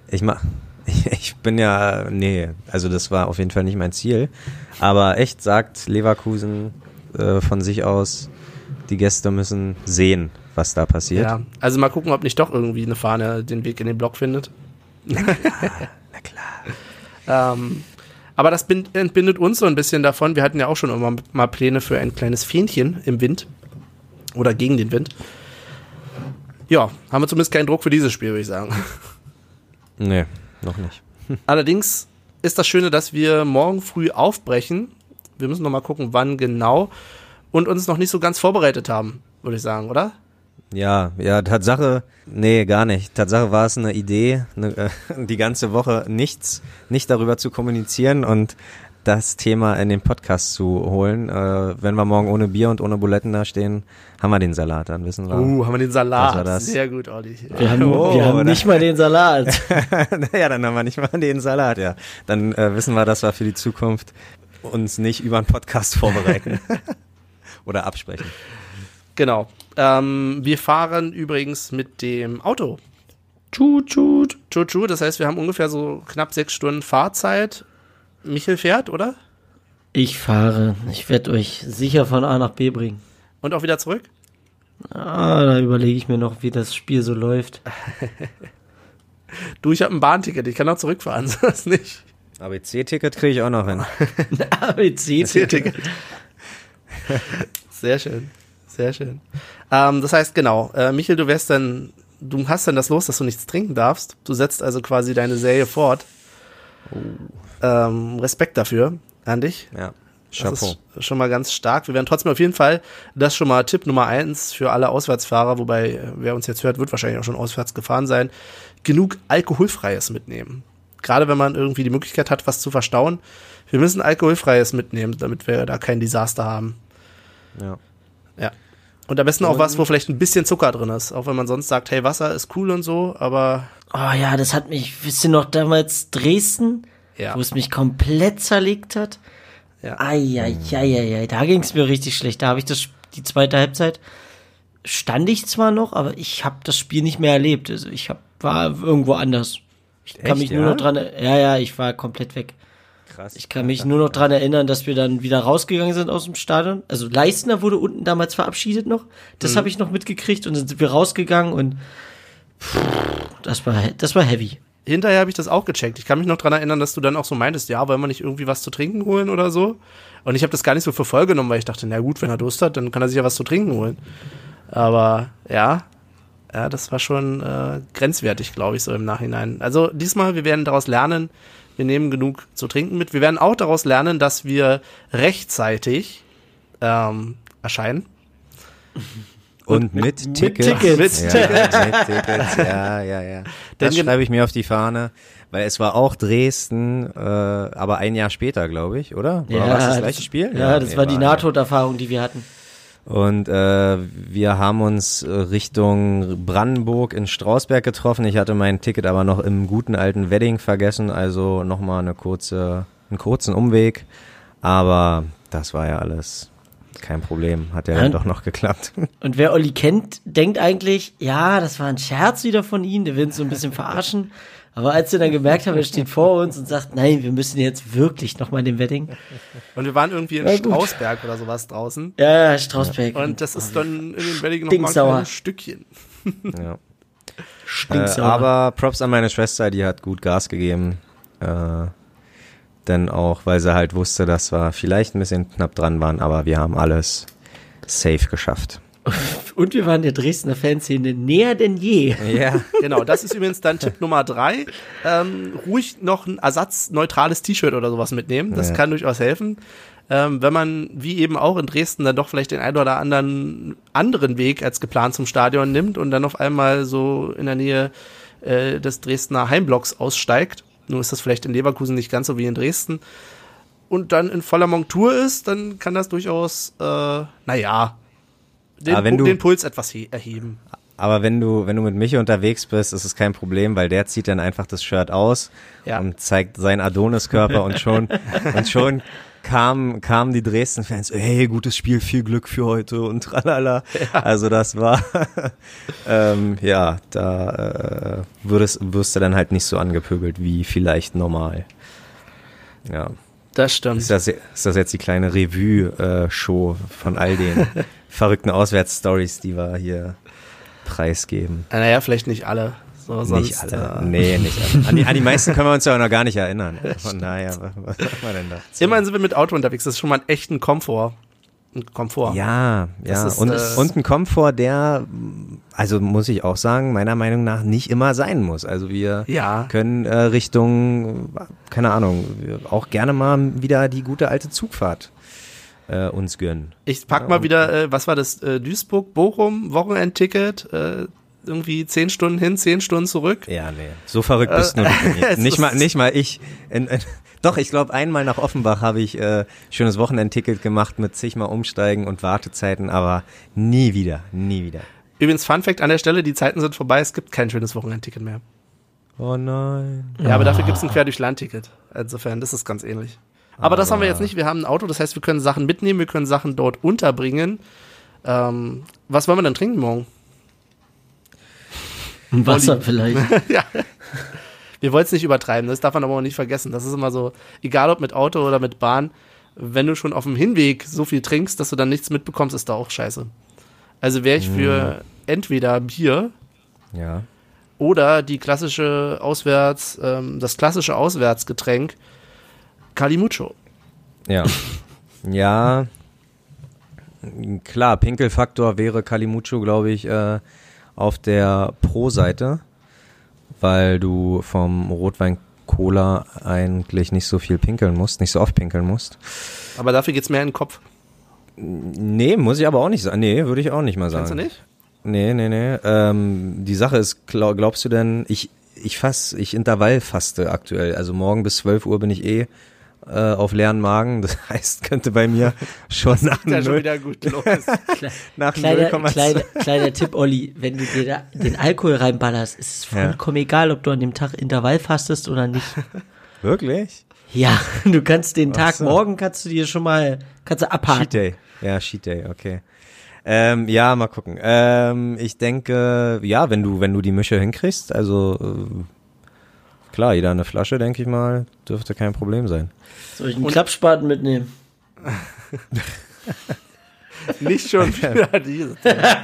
Also das war auf jeden Fall nicht mein Ziel. Aber echt sagt Leverkusen von sich aus, die Gäste müssen sehen, was da passiert. Ja, also mal gucken, ob nicht doch irgendwie eine Fahne den Weg in den Block findet. Na klar. Aber das entbindet uns so ein bisschen davon. Wir hatten ja auch schon immer mal Pläne für ein kleines Fähnchen im Wind. Oder gegen den Wind. Ja, haben wir zumindest keinen Druck für dieses Spiel, würde ich sagen. Nee, noch nicht. Allerdings ist das Schöne, dass wir morgen früh aufbrechen. Wir müssen noch mal gucken, wann genau. Und uns noch nicht so ganz vorbereitet haben, würde ich sagen, oder? Ja, Tatsache, nee, gar nicht. Tatsache war es eine Idee, die ganze Woche nicht darüber zu kommunizieren und das Thema in den Podcast zu holen. Wenn wir morgen ohne Bier und ohne Buletten da stehen, haben wir den Salat, dann wissen wir. Haben wir den Salat. Das. Sehr gut, Olli. Wir haben nicht mal den Salat. Ja, dann haben wir nicht mal den Salat, ja. Dann wissen wir, dass wir für die Zukunft uns nicht über einen Podcast vorbereiten. Oder absprechen. Genau. Wir fahren übrigens mit dem Auto. Tschut. Das heißt, wir haben ungefähr so knapp 6 Stunden Fahrzeit. Michel fährt, oder? Ich fahre. Ich werde euch sicher von A nach B bringen. Und auch wieder zurück? Da überlege ich mir noch, wie das Spiel so läuft. Du, ich habe ein Bahnticket. Ich kann auch zurückfahren. So ist nicht. ABC-Ticket kriege ich auch noch hin. ABC-Ticket. Sehr schön. Das heißt, genau, Michel, du hast dann das Los, dass du nichts trinken darfst. Du setzt also quasi deine Serie fort. Respekt dafür an dich. Ja, Chapeau. Das ist schon mal ganz stark. Wir werden trotzdem auf jeden Fall, das ist schon mal Tipp Nummer 1 für alle Auswärtsfahrer, wobei, wer uns jetzt hört, wird wahrscheinlich auch schon auswärts gefahren sein, genug Alkoholfreies mitnehmen. gerade wenn man irgendwie die Möglichkeit hat, was zu verstauen, wir müssen Alkoholfreies mitnehmen, damit wir da kein Desaster haben. Ja. Ja. Und am besten auch was, wo vielleicht ein bisschen Zucker drin ist. Auch wenn man sonst sagt, hey, Wasser ist cool und so, aber... Oh ja, das hat mich, wisst ihr noch, damals Dresden, Ja. wo es mich komplett zerlegt hat? Ja. Eieieiei, da ging es mir richtig schlecht. Da habe ich die zweite Halbzeit, stand ich zwar noch, aber ich habe das Spiel nicht mehr erlebt. Also war irgendwo anders. Ich kann mich nur noch dran, ich war komplett weg. Krass. Ich kann mich nur noch dran erinnern, dass wir dann wieder rausgegangen sind aus dem Stadion. Also Leistner wurde unten damals verabschiedet noch. Das habe ich noch mitgekriegt und dann sind wir rausgegangen und das war heavy. Hinterher habe ich das auch gecheckt. Ich kann mich noch dran erinnern, dass du dann auch so meintest, ja, wollen wir nicht irgendwie was zu trinken holen oder so? Und ich habe das gar nicht so für voll genommen, weil ich dachte, na gut, wenn er Durst hat, dann kann er sich ja was zu trinken holen. Aber ja, das war schon grenzwertig, glaube ich, so im Nachhinein. Also diesmal, wir werden daraus lernen, wir nehmen genug zu trinken mit. Wir werden auch daraus lernen, dass wir rechtzeitig erscheinen. Und mit Tickets. Tickets. Ja, mit Tickets. Ja. Das schreibe ich mir auf die Fahne, weil es war auch Dresden, aber ein Jahr später, glaube ich, oder? Oder war es das gleiche Spiel? Ja, das war die Nahtoderfahrung, die wir hatten. Und wir haben uns Richtung Brandenburg in Strausberg getroffen. Ich hatte mein Ticket aber noch im guten alten Wedding vergessen, also nochmal einen kurzen Umweg. Aber das war ja alles kein Problem, hat ja dann doch noch geklappt. Und wer Olli kennt, denkt eigentlich, ja, das war ein Scherz wieder von ihm, der will uns so ein bisschen verarschen. Aber als wir dann gemerkt haben, er steht vor uns und sagt, nein, wir müssen jetzt wirklich nochmal in den Wedding. Und wir waren irgendwie in Strausberg oder sowas draußen. Ja, Strausberg. Und das ist dann in den Wedding noch mal ein Stückchen. Ja. Stinksauer. Aber Props an meine Schwester, die hat gut Gas gegeben. Denn auch, weil sie halt wusste, dass wir vielleicht ein bisschen knapp dran waren, aber wir haben alles safe geschafft. Und wir waren der Dresdner Fanszene näher denn je. Ja. Genau, das ist übrigens dann Tipp Nummer 3. Ruhig noch ein ersatzneutrales T-Shirt oder sowas mitnehmen. Das kann durchaus helfen. Wenn man, wie eben auch in Dresden, dann doch vielleicht den einen oder anderen Weg als geplant zum Stadion nimmt und dann auf einmal so in der Nähe des Dresdner Heimblocks aussteigt. Nur ist das vielleicht in Leverkusen nicht ganz so wie in Dresden. Und dann in voller Montur ist, dann kann das durchaus, den Puls etwas erheben. Aber wenn du mit Michi unterwegs bist, ist es kein Problem, weil der zieht dann einfach das Shirt aus und zeigt seinen Adoniskörper und schon kamen die Dresden-Fans, hey, gutes Spiel, viel Glück für heute und tralala. Ja. Also das war, da wirst du dann halt nicht so angepöbelt wie vielleicht normal. Ja. Das stimmt. Ist das jetzt die kleine Revue-Show von all den verrückten Auswärtsstories, die wir hier preisgeben? Naja, vielleicht nicht alle. So, nicht sonst, alle. Nee, nicht alle. An die meisten können wir uns ja auch noch gar nicht erinnern. Von daher, was machen wir denn da? Immerhin sind wir mit Auto unterwegs. Das ist schon mal ein echten Komfort. Ein Komfort. Ja. Und ein Komfort, der, also muss ich auch sagen, meiner Meinung nach nicht immer sein muss. Also wir können Richtung, keine Ahnung, auch gerne mal wieder die gute alte Zugfahrt uns gönnen. Ich pack mal wieder, was war das, Duisburg-Bochum, Wochenendticket, irgendwie 10 Stunden hin, 10 Stunden zurück. Ja, nee. So verrückt bist du nicht mal ich. Doch, ich glaube, einmal nach Offenbach habe ich schönes Wochenendticket gemacht mit zigmal Umsteigen und Wartezeiten, aber nie wieder. Übrigens, Fun Fact an der Stelle, die Zeiten sind vorbei, es gibt kein schönes Wochenendticket mehr. Oh nein. Ja, aber dafür gibt es ein Quer-durch-Land-Ticket. Insofern, das ist ganz ähnlich. Aber das haben wir jetzt nicht, wir haben ein Auto, das heißt, wir können Sachen mitnehmen, wir können Sachen dort unterbringen. Was wollen wir denn trinken morgen? Wasser vielleicht. Ja. Wir wollen es nicht übertreiben, das darf man aber auch nicht vergessen. Das ist immer so, egal ob mit Auto oder mit Bahn, wenn du schon auf dem Hinweg so viel trinkst, dass du dann nichts mitbekommst, ist da auch scheiße. Also wäre ich für entweder Bier oder das klassische Auswärtsgetränk Calimucho. Ja. Ja. Klar, Pinkelfaktor wäre Calimucho, glaube ich, auf der Pro-Seite, weil du vom Rotwein Cola eigentlich nicht so viel pinkeln musst, nicht so oft pinkeln musst. Aber dafür geht's mehr in den Kopf. Nee, muss ich aber auch nicht sagen. Nee, würde ich auch nicht mal sagen. Kannst du nicht? Nee. Die Sache ist, glaubst du denn, ich Intervallfaste aktuell. Also morgen bis 12 Uhr bin ich auf leeren Magen. Das heißt, könnte bei mir schon nach Ja, schon 0, wieder gut los. nach Kleiner Tipp, Olli, wenn du dir da den Alkohol reinballerst, ist es vollkommen egal, ob du an dem Tag Intervall fastest oder nicht. Wirklich? Ja, du kannst den Tag morgen kannst du abhaken. Cheat Day. Ja, Cheat Day, okay. Ja, mal gucken. Ich denke, ja, wenn du die Mische hinkriegst, also klar, jeder eine Flasche, denke ich mal, dürfte kein Problem sein. Soll ich einen Klappspaten mitnehmen? Nicht schon wieder diese.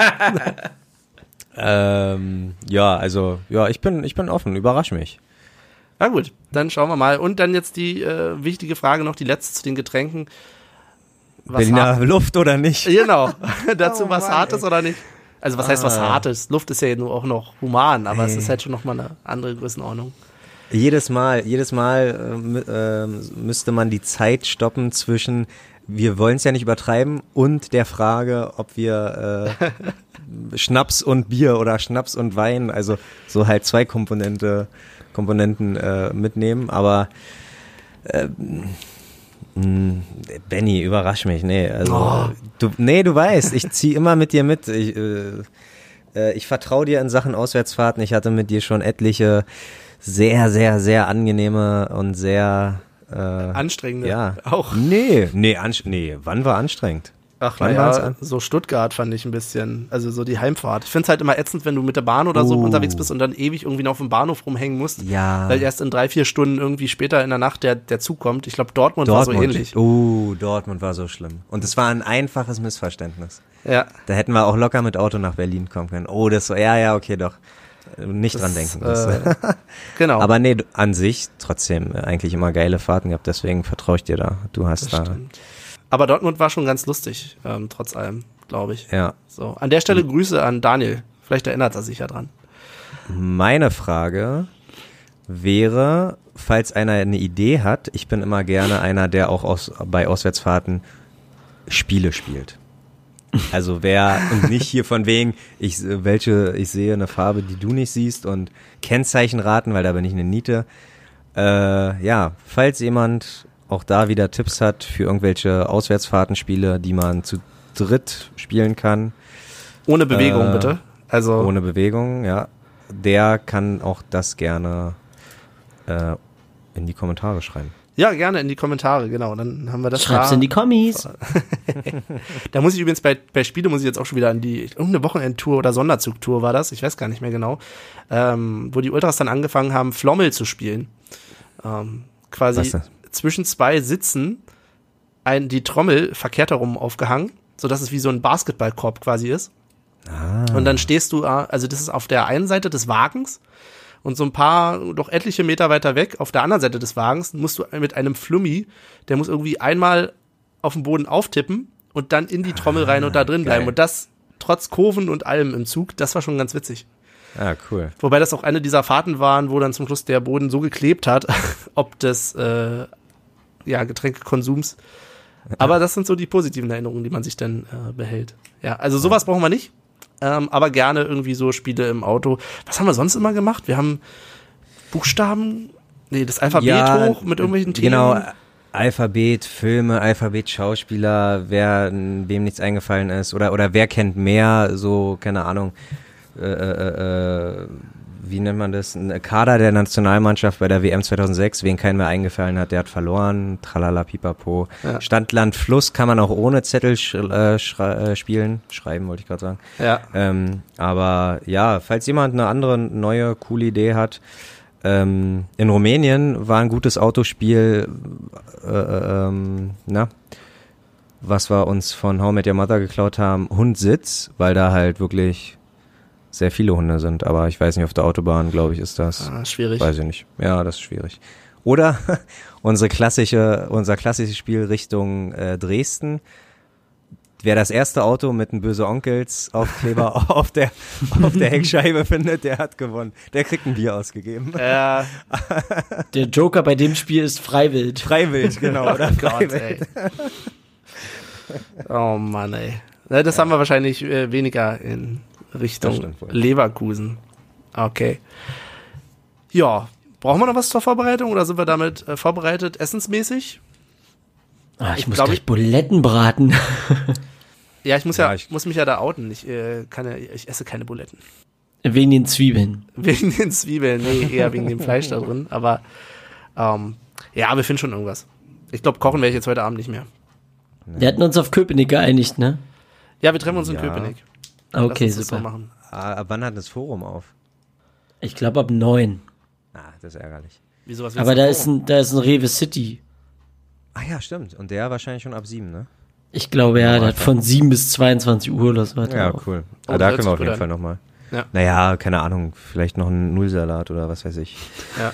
Ja, also, ja, ich bin offen, überrasch mich. Na gut, dann schauen wir mal. Und dann jetzt die wichtige Frage noch, die letzte zu den Getränken. Berliner Luft oder nicht? Genau, dazu was Hartes oder nicht? Also was heißt was Hartes? Luft ist ja nur auch noch human, aber es ist halt schon nochmal eine andere Größenordnung. Jedes Mal müsste man die Zeit stoppen zwischen, wir wollen es ja nicht übertreiben, und der Frage, ob wir Schnaps und Bier oder Schnaps und Wein, also so halt zwei Komponenten mitnehmen, aber Benny, überrasch mich, nee, also du weißt, ich zieh immer mit dir mit, ich vertraue dir in Sachen Auswärtsfahrten, ich hatte mit dir schon etliche sehr, sehr, sehr angenehme und sehr anstrengende. Ja. Auch. Nee, wann war anstrengend? Ach naja, so Stuttgart fand ich ein bisschen, also so die Heimfahrt. Ich finde es halt immer ätzend, wenn du mit der Bahn oder so unterwegs bist und dann ewig irgendwie noch auf dem Bahnhof rumhängen musst, weil erst in 3-4 Stunden irgendwie später in der Nacht der Zug kommt. Ich glaube, Dortmund war so ähnlich. Dortmund war so schlimm. Und es war ein einfaches Missverständnis. Ja. Da hätten wir auch locker mit Auto nach Berlin kommen können. Das so, ja, okay, doch. Nicht dran denken. Genau. Aber nee, an sich trotzdem eigentlich immer geile Fahrten gehabt, deswegen vertraue ich dir da. Du hast da. Stimmt. Aber Dortmund war schon ganz lustig, trotz allem, glaube ich. Ja. So, an der Stelle Grüße an Daniel. Vielleicht erinnert er sich ja dran. Meine Frage wäre, falls einer eine Idee hat, ich bin immer gerne einer, der auch bei Auswärtsfahrten Spiele spielt. Also und nicht hier von wegen, ich sehe eine Farbe, die du nicht siehst und Kennzeichen raten, weil da bin ich eine Niete. Ja, falls jemand auch da wieder Tipps hat für irgendwelche Auswärtsfahrtenspiele, die man zu dritt spielen kann. Ohne Bewegung, bitte. Also ohne Bewegung, ja. Der kann auch das gerne in die Kommentare schreiben. Ja, gerne in die Kommentare, genau. Dann haben wir das. Schreib's in die Kommis. Da muss ich übrigens bei Spiele muss ich jetzt auch schon wieder an irgendeine Wochenendtour oder Sonderzugtour war das, ich weiß gar nicht mehr genau, wo die Ultras dann angefangen haben, Flommel zu spielen. Quasi zwischen zwei Sitzen die Trommel verkehrt herum aufgehangen, sodass es wie so ein Basketballkorb quasi ist. Und dann stehst du, also das ist auf der einen Seite des Wagens und so ein paar, doch etliche Meter weiter weg, auf der anderen Seite des Wagens, musst du mit einem Flummi, der muss irgendwie einmal auf den Boden auftippen und dann in die Trommel rein und da drin bleiben. Und das trotz Kurven und allem im Zug, das war schon ganz witzig. Ah, cool. Wobei das auch eine dieser Fahrten waren, wo dann zum Schluss der Boden so geklebt hat, ob des Getränkekonsums. Aber das sind so die positiven Erinnerungen, die man sich dann behält. Ja, also sowas brauchen wir nicht. Aber gerne irgendwie so Spiele im Auto. Was haben wir sonst immer gemacht? Wir haben das Alphabet hoch mit irgendwelchen Themen. Genau, Alphabet, Filme, Alphabet, Schauspieler, wem nichts eingefallen ist. Oder wer kennt mehr, so, keine Ahnung, wie nennt man das? Ein Kader der Nationalmannschaft bei der WM 2006, wen keinen mehr eingefallen hat, der hat verloren, tralala pipapo. Ja. Stadt, Land, Fluss kann man auch ohne Zettel schreiben, wollte ich gerade sagen. Ja. Aber ja, falls jemand eine andere, neue, coole Idee hat, in Rumänien war ein gutes Autospiel, was wir uns von How I Met Your Mother geklaut haben, Hundsitz, weil da halt wirklich sehr viele Hunde sind, aber ich weiß nicht, auf der Autobahn, glaube ich, ist das schwierig. Weiß ich nicht. Ja, das ist schwierig. Oder unser klassisches Spiel Richtung Dresden. Wer das erste Auto mit einem Böse Onkels Aufkleber auf der Heckscheibe findet, der hat gewonnen. Der kriegt ein Bier ausgegeben. Der Joker bei dem Spiel ist Freiwild. Freiwild, genau. Oder Freiwild. Oh Mann, ey. Das haben wir wahrscheinlich weniger in Richtung Leverkusen. Okay. Ja, brauchen wir noch was zur Vorbereitung oder sind wir damit vorbereitet, essensmäßig? Ich muss gleich Buletten braten. Ja, ich muss mich ja da outen. Ich esse keine Buletten. Wegen den Zwiebeln. Wegen den Zwiebeln, nee, eher wegen dem Fleisch da drin. Aber ja, wir finden schon irgendwas. Ich glaube, kochen werde ich jetzt heute Abend nicht mehr. Wir hatten uns auf Köpenick geeinigt, ne? Ja, wir treffen uns in Köpenick. Okay, Lass uns super. Das so machen. Ab wann hat das Forum auf? Ich glaube ab 9. Das ist ärgerlich. Wieso, was Aber willst du da ist ein Rewe City. Ah ja, stimmt. Und der wahrscheinlich schon ab 7, ne? Ich glaube, ja, der hat von 7 bis 22 Uhr oder so weiter. Ja, auf. cool. Oh, Da das können wir hört auf sich jeden gut Fall an. nochmal. Ja. Naja, keine Ahnung, vielleicht noch einen Nullsalat oder was weiß ich. Ja.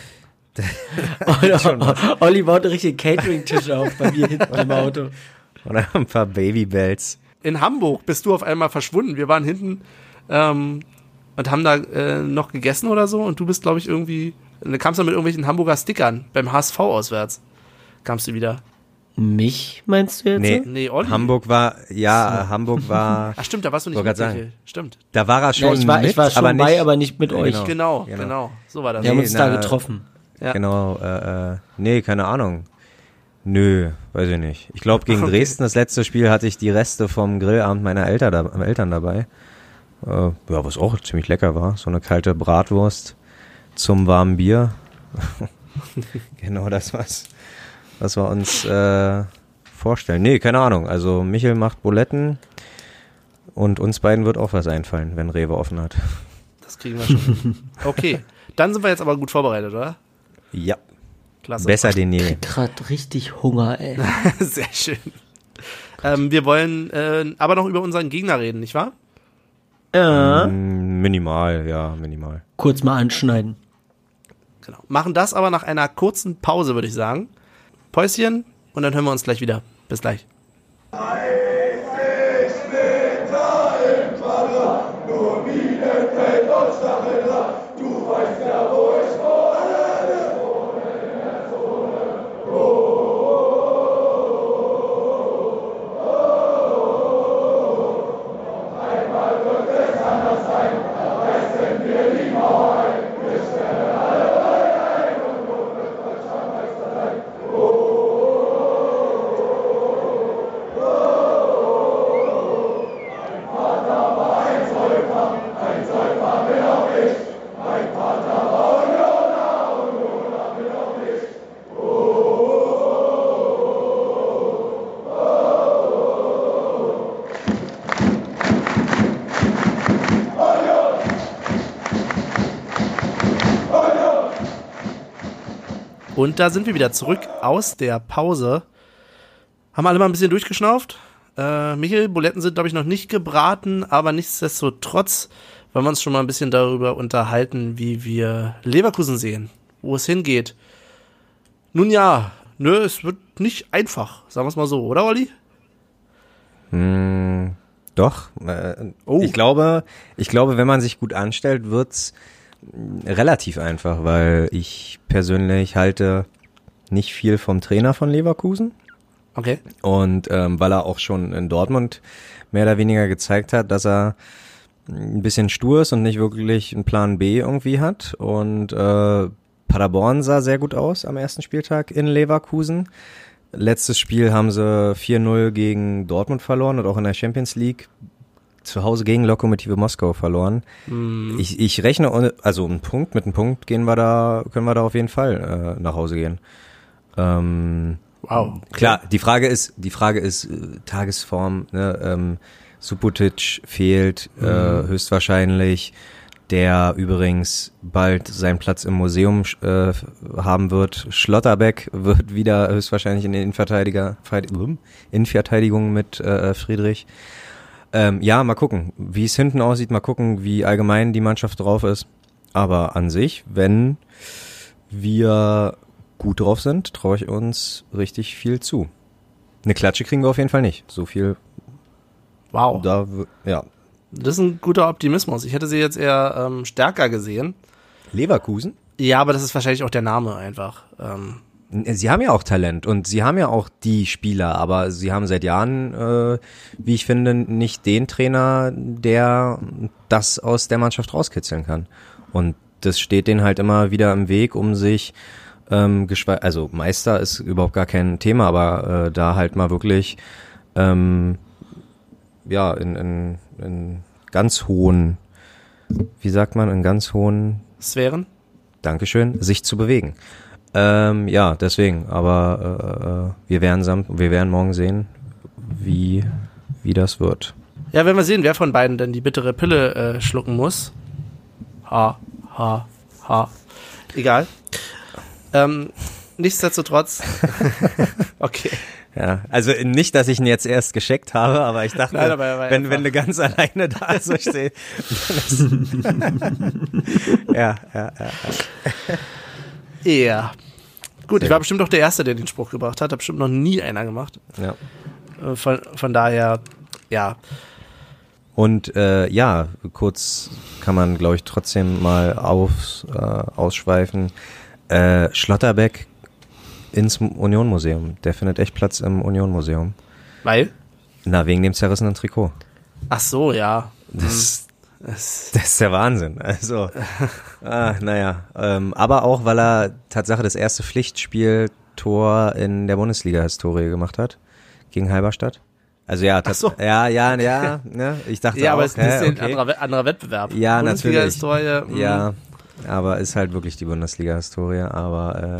Olli baut einen richtigen Catering-Tisch auf bei mir hinten im Auto. Oder ein paar Babybells. In Hamburg bist du auf einmal verschwunden. Wir waren hinten und haben da noch gegessen oder so und du bist, glaube ich, irgendwie, du kamst dann mit irgendwelchen Hamburger Stickern beim HSV auswärts. Kamst du wieder. Mich, meinst du jetzt? Nee, Olli. Hamburg war. Ach stimmt, da warst du nicht Wollte mit, grad Michael. Stimmt. Da war er Ja, schon ich war schon aber bei, nicht, aber nicht mit euch. Genau. So war das. Wir haben uns da na, getroffen. Ja. Genau, nee, keine Ahnung. Nö, weiß ich nicht. Ich glaube, gegen Dresden, das letzte Spiel, hatte ich die Reste vom Grillabend meiner Eltern dabei. Ja, was auch ziemlich lecker war. So eine kalte Bratwurst zum warmen Bier. Genau das, was wir uns vorstellen. Nee, keine Ahnung. Also Michel macht Buletten und uns beiden wird auch was einfallen, wenn Rewe offen hat. Das kriegen wir schon hin. Okay, dann sind wir jetzt aber gut vorbereitet, oder? Ja, Klasse. besser denn je. Ich krieg grad richtig Hunger, ey. Sehr schön. Wir wollen aber noch über unseren Gegner reden, nicht wahr? Ja. Minimal. Kurz mal anschneiden. Genau. Machen das aber nach einer kurzen Pause, würde ich sagen. Päuschen und dann hören wir uns gleich wieder. Bis gleich. Und da sind wir wieder zurück aus der Pause. Haben alle mal ein bisschen durchgeschnauft. Michael, Buletten sind, glaube ich, noch nicht gebraten, aber nichtsdestotrotz wollen wir uns schon mal ein bisschen darüber unterhalten, wie wir Leverkusen sehen, wo es hingeht. Nun ja, es wird nicht einfach, sagen wir es mal so, oder Olli? Doch. Ich glaube, wenn man sich gut anstellt, wird's relativ einfach, weil ich persönlich halte nicht viel vom Trainer von Leverkusen. Okay. Und weil er auch schon in Dortmund mehr oder weniger gezeigt hat, dass er ein bisschen stur ist und nicht wirklich einen Plan B irgendwie hat. Und Paderborn sah sehr gut aus am ersten Spieltag in Leverkusen. Letztes Spiel haben sie 4-0 gegen Dortmund verloren und auch in der Champions League zu Hause gegen Lokomotive Moskau verloren. Ich rechne, also mit einem Punkt können wir da auf jeden Fall nach Hause gehen. Wow. Okay. Klar, die Frage ist Tagesform, ne? Subotic fehlt höchstwahrscheinlich, der übrigens bald seinen Platz im Museum haben wird. Schlotterbeck wird wieder höchstwahrscheinlich in den Innenverteidigung mit Friedrich. Ja, mal gucken, wie es hinten aussieht, mal gucken, wie allgemein die Mannschaft drauf ist. Aber an sich, wenn wir gut drauf sind, traue ich uns richtig viel zu. Eine Klatsche kriegen wir auf jeden Fall nicht. So viel. Wow. Ja. Das ist ein guter Optimismus. Ich hätte sie jetzt eher stärker gesehen. Leverkusen? Ja, aber das ist wahrscheinlich auch der Name einfach. Sie haben ja auch Talent und sie haben ja auch die Spieler, aber sie haben seit Jahren, wie ich finde, nicht den Trainer, der das aus der Mannschaft rauskitzeln kann. Und das steht denen halt immer wieder im Weg, um sich also Meister ist überhaupt gar kein Thema, aber da halt mal wirklich in ganz hohen, wie sagt man, in ganz hohen Sphären? Dankeschön, sich zu bewegen. Deswegen, aber wir werden morgen sehen, wie das wird. Ja, werden wir sehen, wer von beiden denn die bittere Pille schlucken muss. Egal. Nichtsdestotrotz. Okay. Ja, also nicht, dass ich ihn jetzt erst gescheckt habe, aber ich dachte, Nein, aber wenn du ganz alleine da so stehst. Ja. Ja. Gut, ich war bestimmt doch der Erste, der den Spruch gebracht hat. Hat bestimmt noch nie einer gemacht. Ja. Von daher, ja. Und kurz kann man, glaube ich, trotzdem mal ausschweifen. Schlotterbeck ins Union-Museum. Der findet echt Platz im Union-Museum. Weil? Wegen dem zerrissenen Trikot. Ach so, ja. Das ist der Wahnsinn. Also, aber auch, weil er Tatsache das erste Pflichtspieltor in der Bundesliga-Historie gemacht hat. Gegen Halberstadt. Also ja, Ach so. Ja, ne? Ich dachte ja, auch, aber es ist ein bisschen okay. anderer Wettbewerb. Ja, natürlich. Bundesliga-Historie. Ja, aber ist halt wirklich die Bundesliga-Historie. Aber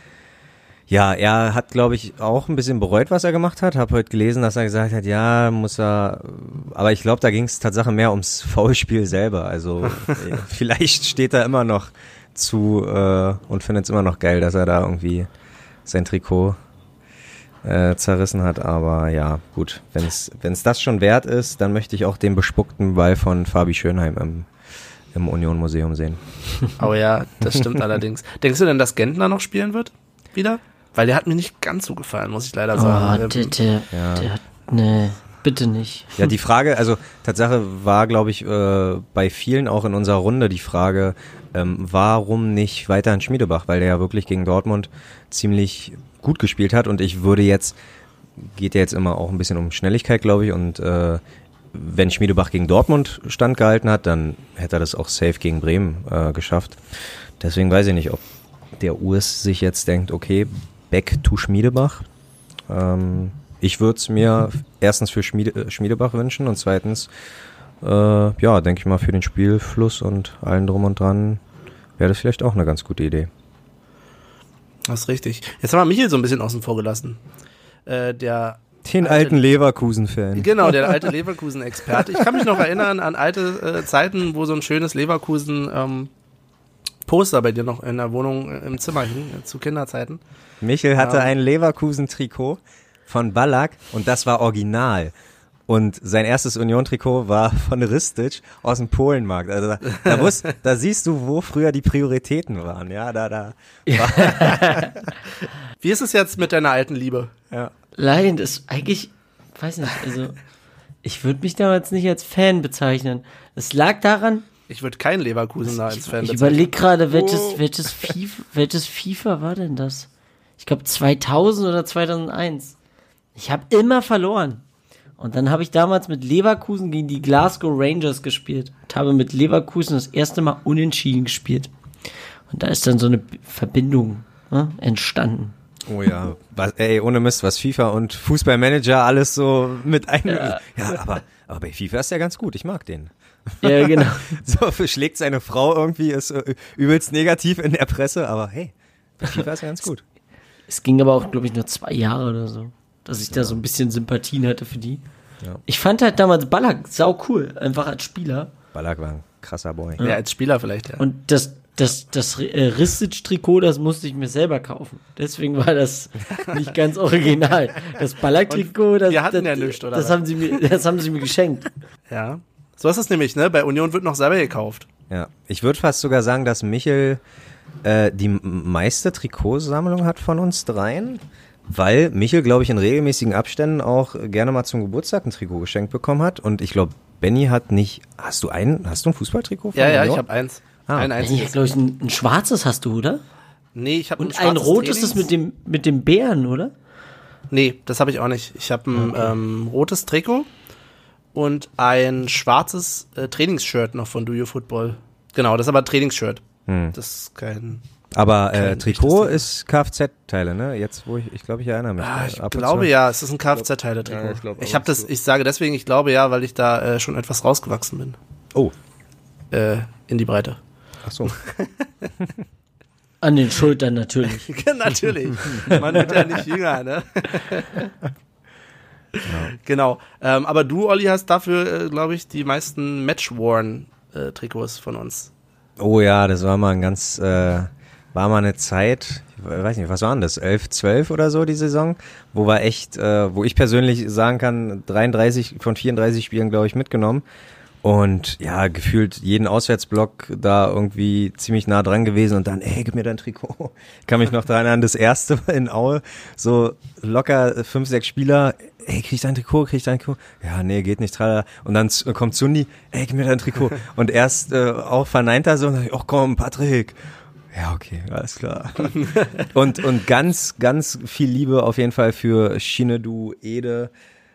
er hat, glaube ich, auch ein bisschen bereut, was er gemacht hat. Hab heute gelesen, dass er gesagt hat, ja, muss er. Aber ich glaube, da ging es Tatsache mehr ums Foulspiel selber. Also vielleicht steht er immer noch zu und findet es immer noch geil, dass er da irgendwie sein Trikot zerrissen hat, aber ja, gut. Wenn es das schon wert ist, dann möchte ich auch den bespuckten Ball von Fabi Schönheim im Union-Museum sehen. Oh ja, das stimmt allerdings. Denkst du denn, dass Gentner noch spielen wird? Wieder? Weil der hat mir nicht ganz so gefallen, muss ich leider sagen. Nee, bitte nicht. Ja, die Frage, also Tatsache war, glaube ich, bei vielen auch in unserer Runde die Frage, warum nicht weiter in Schmiedebach, weil der ja wirklich gegen Dortmund ziemlich gut gespielt hat und ich würde geht ja jetzt immer auch ein bisschen um Schnelligkeit, glaube ich, und wenn Schmiedebach gegen Dortmund standgehalten hat, dann hätte er das auch safe gegen Bremen geschafft. Deswegen weiß ich nicht, ob der Urs sich jetzt denkt, okay, back to Schmiedebach. Ich würde es mir erstens für Schmiedebach wünschen und zweitens, denke ich mal, für den Spielfluss und allen drum und dran wäre das vielleicht auch eine ganz gute Idee. Das ist richtig. Jetzt haben wir Michael so ein bisschen außen vor gelassen. Den alten Leverkusen-Fan. Genau, der alte Leverkusen-Experte. Ich kann mich noch erinnern an alte Zeiten, wo so ein schönes Leverkusen-Poster bei dir noch in der Wohnung im Zimmer hing, zu Kinderzeiten. Michael hatte ein Leverkusen-Trikot von Ballack und das war original. Und sein erstes Union-Trikot war von Ristic aus dem Polenmarkt. Also da siehst du, wo früher die Prioritäten waren. Ja, da. Wie ist es jetzt mit deiner alten Liebe? Ja. Nein, das ist eigentlich, weiß nicht, also ich würde mich damals nicht als Fan bezeichnen. Es lag daran. Ich würde keinen Leverkusener als Fan bezeichnen. Ich überlege gerade, welches FIFA war denn das? Ich glaube 2000 oder 2001. Ich habe immer verloren. Und dann habe ich damals mit Leverkusen gegen die Glasgow Rangers gespielt und habe mit Leverkusen das erste Mal unentschieden gespielt. Und da ist dann so eine Verbindung entstanden. Oh ja, ohne Mist, was FIFA und Fußballmanager alles so mit ein. Ja, aber bei FIFA ist der ganz gut, ich mag den. Ja, genau. So schlägt seine Frau irgendwie, ist übelst negativ in der Presse, aber hey, bei FIFA ist er ganz gut. Es ging aber auch, glaube ich, nur 2 Jahre oder so, dass ich da so ein bisschen Sympathien hatte für die. Ja. Ich fand halt damals Ballack sau cool, einfach als Spieler. Ballack war ein krasser Boy. Ja, als Spieler vielleicht, ja. Und das Ristic-Trikot, das musste ich mir selber kaufen. Deswegen war das nicht ganz original. Das Ballack-Trikot, das haben sie mir geschenkt. Ja, so ist es nämlich, ne? Bei Union wird noch selber gekauft. Ja, ich würde fast sogar sagen, dass Michel die meiste Trikotsammlung hat von uns dreien. Weil Michel, glaube ich, in regelmäßigen Abständen auch gerne mal zum Geburtstag ein Trikot geschenkt bekommen hat. Und ich glaube, Benny hat nicht. Hast du ein Fußballtrikot von Ja, ich habe eins. Ein einziges. Glaube ich, ein schwarzes hast du, oder? Nee, ich habe ein schwarzes. Und ein rotes ist mit dem Bären, oder? Nee, das habe ich auch nicht. Ich habe ein rotes Trikot und ein schwarzes Trainingsshirt noch von Do You Football. Genau, das ist aber ein Trainingsshirt. Das ist kein... Aber kein Trikot echtes ist Kfz-Teile, ne? Jetzt, wo ich glaube, ich erinnere mich. Ich glaube ja, es ist ein Kfz-Teile-Trikot. Ja, ich glaub, ich sage deswegen, ich glaube ja, weil ich da schon etwas rausgewachsen bin. Oh. In die Breite. Ach so. An den Schultern natürlich. Natürlich. Man wird ja nicht jünger, ne? Genau. Aber du, Olli, hast dafür, glaube ich, die meisten Match-Worn-Trikots von uns. Oh ja, das war mal war mal eine Zeit, ich weiß nicht, was waren das, 11, 12 oder so die Saison, wo wir echt, wo ich persönlich sagen kann, 33 von 34 Spielen, glaube ich, mitgenommen. Und ja, gefühlt jeden Auswärtsblock da irgendwie ziemlich nah dran gewesen und dann, gib mir dein Trikot. Ich kann mich noch daran erinnern, das erste in Aue, so locker 5, 6 Spieler, krieg ich dein Trikot? Ja, nee, geht nicht, tralala. Und dann kommt Sundi, gib mir dein Trikot. Und erst auch verneint er so und dann, komm, Patrick. Ja, okay, alles klar. und ganz, ganz viel Liebe auf jeden Fall für Shinedu Ede,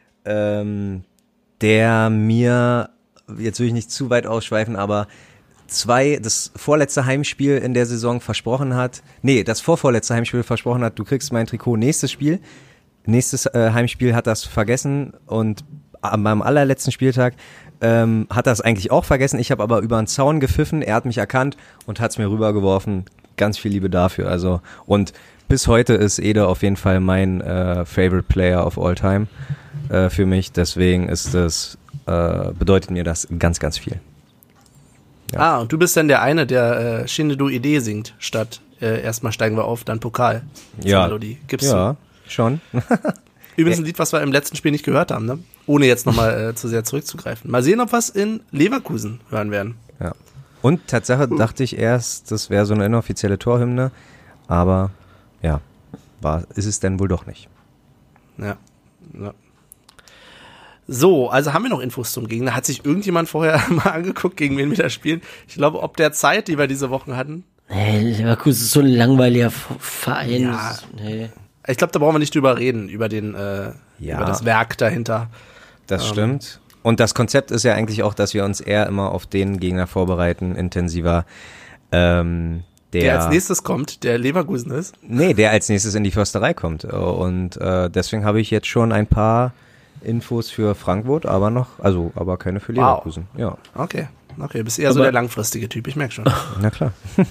der mir, jetzt will ich nicht zu weit ausschweifen, aber das vorletzte Heimspiel in der Saison versprochen hat, das vorvorletzte Heimspiel versprochen hat, du kriegst mein Trikot nächstes Heimspiel hat das vergessen und beim allerletzten Spieltag hat das eigentlich auch vergessen. Ich habe aber über den Zaun gepfiffen, er hat mich erkannt und hat es mir rübergeworfen. Ganz viel Liebe dafür. Also und bis heute ist Ede auf jeden Fall mein Favorite Player of all time für mich. Deswegen ist das bedeutet mir das ganz, ganz viel. Ja. Und du bist dann der eine, der Shinedu Ede singt, statt erstmal steigen wir auf, dann Pokal. Ja, Melodie. Gibst ja, du. schon. Übrigens ein Lied, was wir im letzten Spiel nicht gehört haben, ne? Ohne jetzt nochmal zu sehr zurückzugreifen. Mal sehen, ob wir es in Leverkusen hören werden. Ja. Und Tatsache dachte ich erst, das wäre so eine inoffizielle Torhymne, aber ja, ist es denn wohl doch nicht. Ja. So, also haben wir noch Infos zum Gegner. Hat sich irgendjemand vorher mal angeguckt, gegen wen wir da spielen? Ich glaube, ob der Zeit, die wir diese Wochen hatten. Nee, Leverkusen ist so ein langweiliger Verein. Ja. Nee. Ich glaube, da brauchen wir nicht drüber reden, über über das Werk dahinter. Das stimmt. Und das Konzept ist ja eigentlich auch, dass wir uns eher immer auf den Gegner vorbereiten, intensiver. Der als nächstes kommt, der Leverkusen ist? Nee, der als nächstes in die Försterei kommt. Und deswegen habe ich jetzt schon ein paar Infos für Frankfurt, aber keine für Leverkusen. Wow. Ja. Okay, bist eher so der langfristige Typ, ich merke schon. Na klar.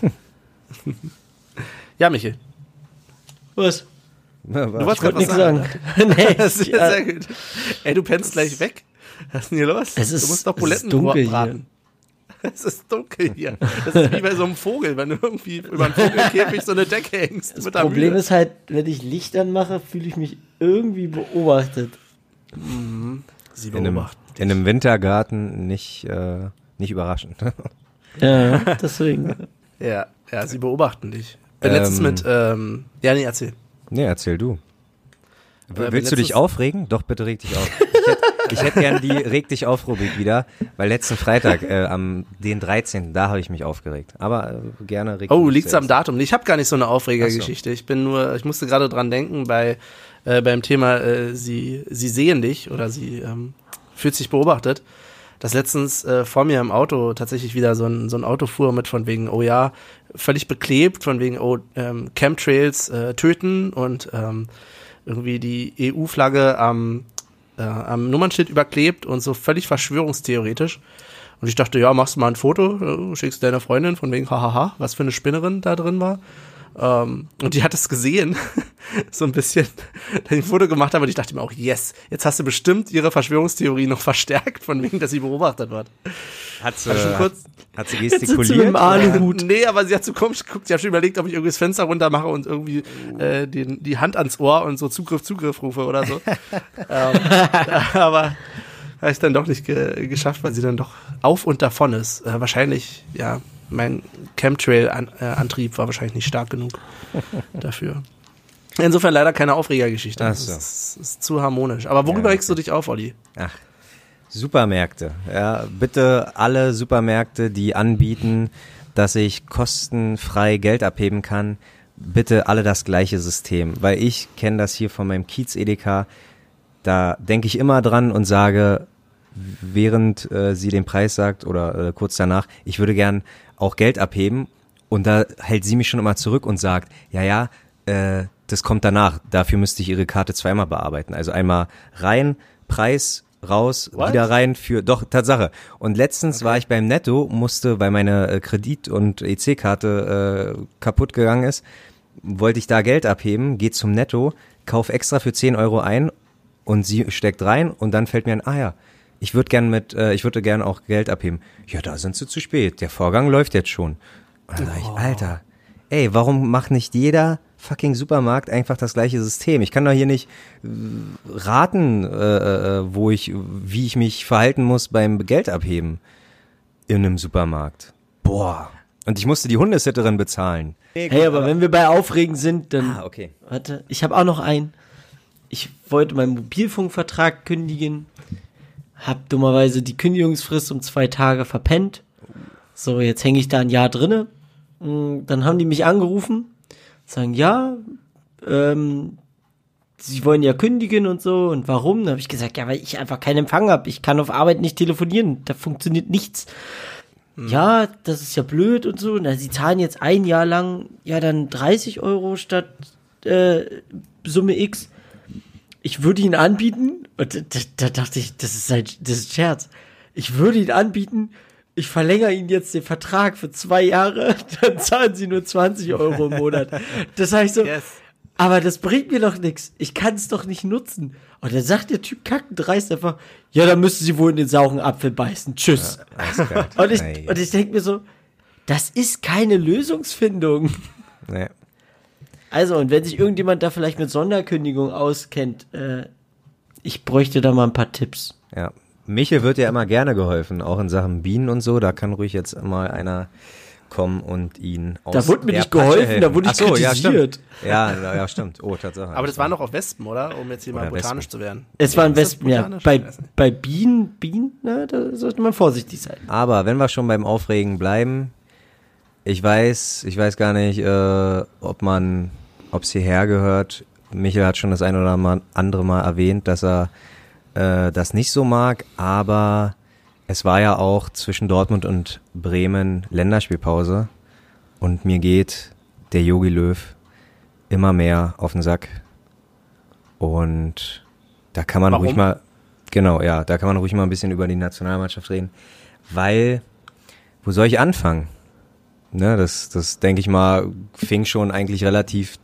Ja, Michael. Was? Du wolltest gerade nichts sagen. Nee, das ist sehr gut. Du pennst gleich weg. Was ist denn hier los? Du musst doch Buletten braten. Es ist dunkel hier. Das ist wie bei so einem Vogel, wenn du irgendwie über einen Vogelkäfig so eine Decke hängst. Das Problem ist halt, wenn ich Licht anmache, fühle ich mich irgendwie beobachtet. Sie beobachten. In einem Wintergarten nicht überraschend. Ja, deswegen. Ja, sie beobachten dich. Bin letztens mit, erzähl. Nee, erzähl du. Willst du dich aufregen? Doch, bitte reg dich auf. Ich hätte gern die Reg dich auf Rubrik wieder, weil letzten Freitag, den 13., da habe ich mich aufgeregt. Aber gerne reg dich liegt's am Datum? Ich habe gar nicht so eine Aufregergeschichte. Ich musste gerade dran denken beim Thema, sie sehen dich oder sie fühlt sich beobachtet, dass letztens vor mir im Auto tatsächlich wieder so ein Auto fuhr mit von wegen, völlig beklebt, von wegen, Chemtrails töten und irgendwie die EU-Flagge am Nummernschild überklebt und so völlig verschwörungstheoretisch. Und ich dachte, machst du mal ein Foto, schickst deiner Freundin von wegen, hahaha, was für eine Spinnerin da drin war. Und die hat es gesehen, so ein bisschen, dass ich ein Foto gemacht habe und ich dachte mir auch, yes, jetzt hast du bestimmt ihre Verschwörungstheorie noch verstärkt, von wegen, dass sie beobachtet wird. Hat sie gestikuliert? Mit dem Aluhut. Nee, aber sie hat so komisch geguckt, sie hat schon überlegt, ob ich irgendwie das Fenster runter mache und irgendwie die Hand ans Ohr und so Zugriff rufe oder so. Aber habe ich dann doch nicht geschafft, weil sie dann doch auf und davon ist. Wahrscheinlich, mein Chemtrail-Antrieb war wahrscheinlich nicht stark genug dafür. Insofern leider keine Aufregergeschichte. So. Das ist zu harmonisch. Aber worüber regst du dich auf, Olli? Ach, Supermärkte. Ja, bitte alle Supermärkte, die anbieten, dass ich kostenfrei Geld abheben kann, bitte alle das gleiche System. Weil ich kenne das hier von meinem Kiez-Edeka. Da denke ich immer dran und sage, während sie den Preis sagt oder kurz danach, ich würde gern auch Geld abheben Und da hält sie mich schon immer zurück und sagt, das kommt danach. Dafür müsste ich ihre Karte zweimal bearbeiten. Also einmal rein, Preis, raus, wieder rein doch, Tatsache. Und letztens war ich beim Netto, musste, weil meine Kredit- und EC-Karte kaputt gegangen ist, wollte ich da Geld abheben, geh zum Netto, kauf extra für 10 Euro ein und sie steckt rein und dann fällt mir ein, ich würde gern auch Geld abheben. Ja, da sind sie zu spät. Der Vorgang läuft jetzt schon. Und dann sag ich, Alter, ey, warum macht nicht jeder fucking Supermarkt einfach das gleiche System? Ich kann doch hier nicht raten, wie ich mich verhalten muss beim Geld abheben in einem Supermarkt. Boah. Und ich musste die Hundesitterin bezahlen. Hey, aber wenn wir bei Aufregen sind, dann... okay. Warte, ich habe auch noch einen. Ich wollte meinen Mobilfunkvertrag kündigen, hab dummerweise die Kündigungsfrist um 2 Tage verpennt. So, jetzt hänge ich da ein Jahr drinne. Dann haben die mich angerufen, sagen, sie wollen ja kündigen und so, und warum? Dann habe ich gesagt, ja, weil ich einfach keinen Empfang habe. Ich kann auf Arbeit nicht telefonieren, da funktioniert nichts. Ja, das ist ja blöd und so. Na, sie zahlen jetzt ein Jahr lang, ja, dann 30 Euro statt Summe X. Ich würde ihn anbieten, und da dachte ich, das ist ein Scherz. Ich würde ihn anbieten, ich verlängere Ihnen jetzt den Vertrag für 2 Jahre, dann zahlen Sie nur 20 Euro im Monat. Das heißt so, yes. Aber das bringt mir doch nichts. Ich kann es doch nicht nutzen. Und dann sagt der Typ kackendreist einfach, ja, dann müssen Sie wohl in den sauren Apfel beißen. Tschüss. Ja, und ich denke mir so, das ist keine Lösungsfindung. Nee. Also, und wenn sich irgendjemand da vielleicht mit Sonderkündigung auskennt, ich bräuchte da mal ein paar Tipps. Ja. Michel wird ja immer gerne geholfen, auch in Sachen Bienen und so. Da kann ruhig jetzt mal einer kommen und ihn aus Da wurde mir nicht geholfen, da wurde ich kritisiert. Ja, stimmt. Oh, Tatsache. Aber das waren doch auch Wespen, oder? Um jetzt hier mal botanisch zu werden. Es waren Wespen, ja. Bei Bienen, ne, da sollte man vorsichtig sein. Aber wenn wir schon beim Aufregen bleiben, ich weiß gar nicht, ob es hierher gehört. Michel hat schon das ein oder andere Mal erwähnt, dass er das nicht so mag, aber es war ja auch zwischen Dortmund und Bremen Länderspielpause und mir geht der Jogi Löw immer mehr auf den Sack und da kann man ruhig mal, da kann man ruhig mal ein bisschen über die Nationalmannschaft reden, weil, wo soll ich anfangen? Ne, das denke ich mal, fing schon eigentlich relativ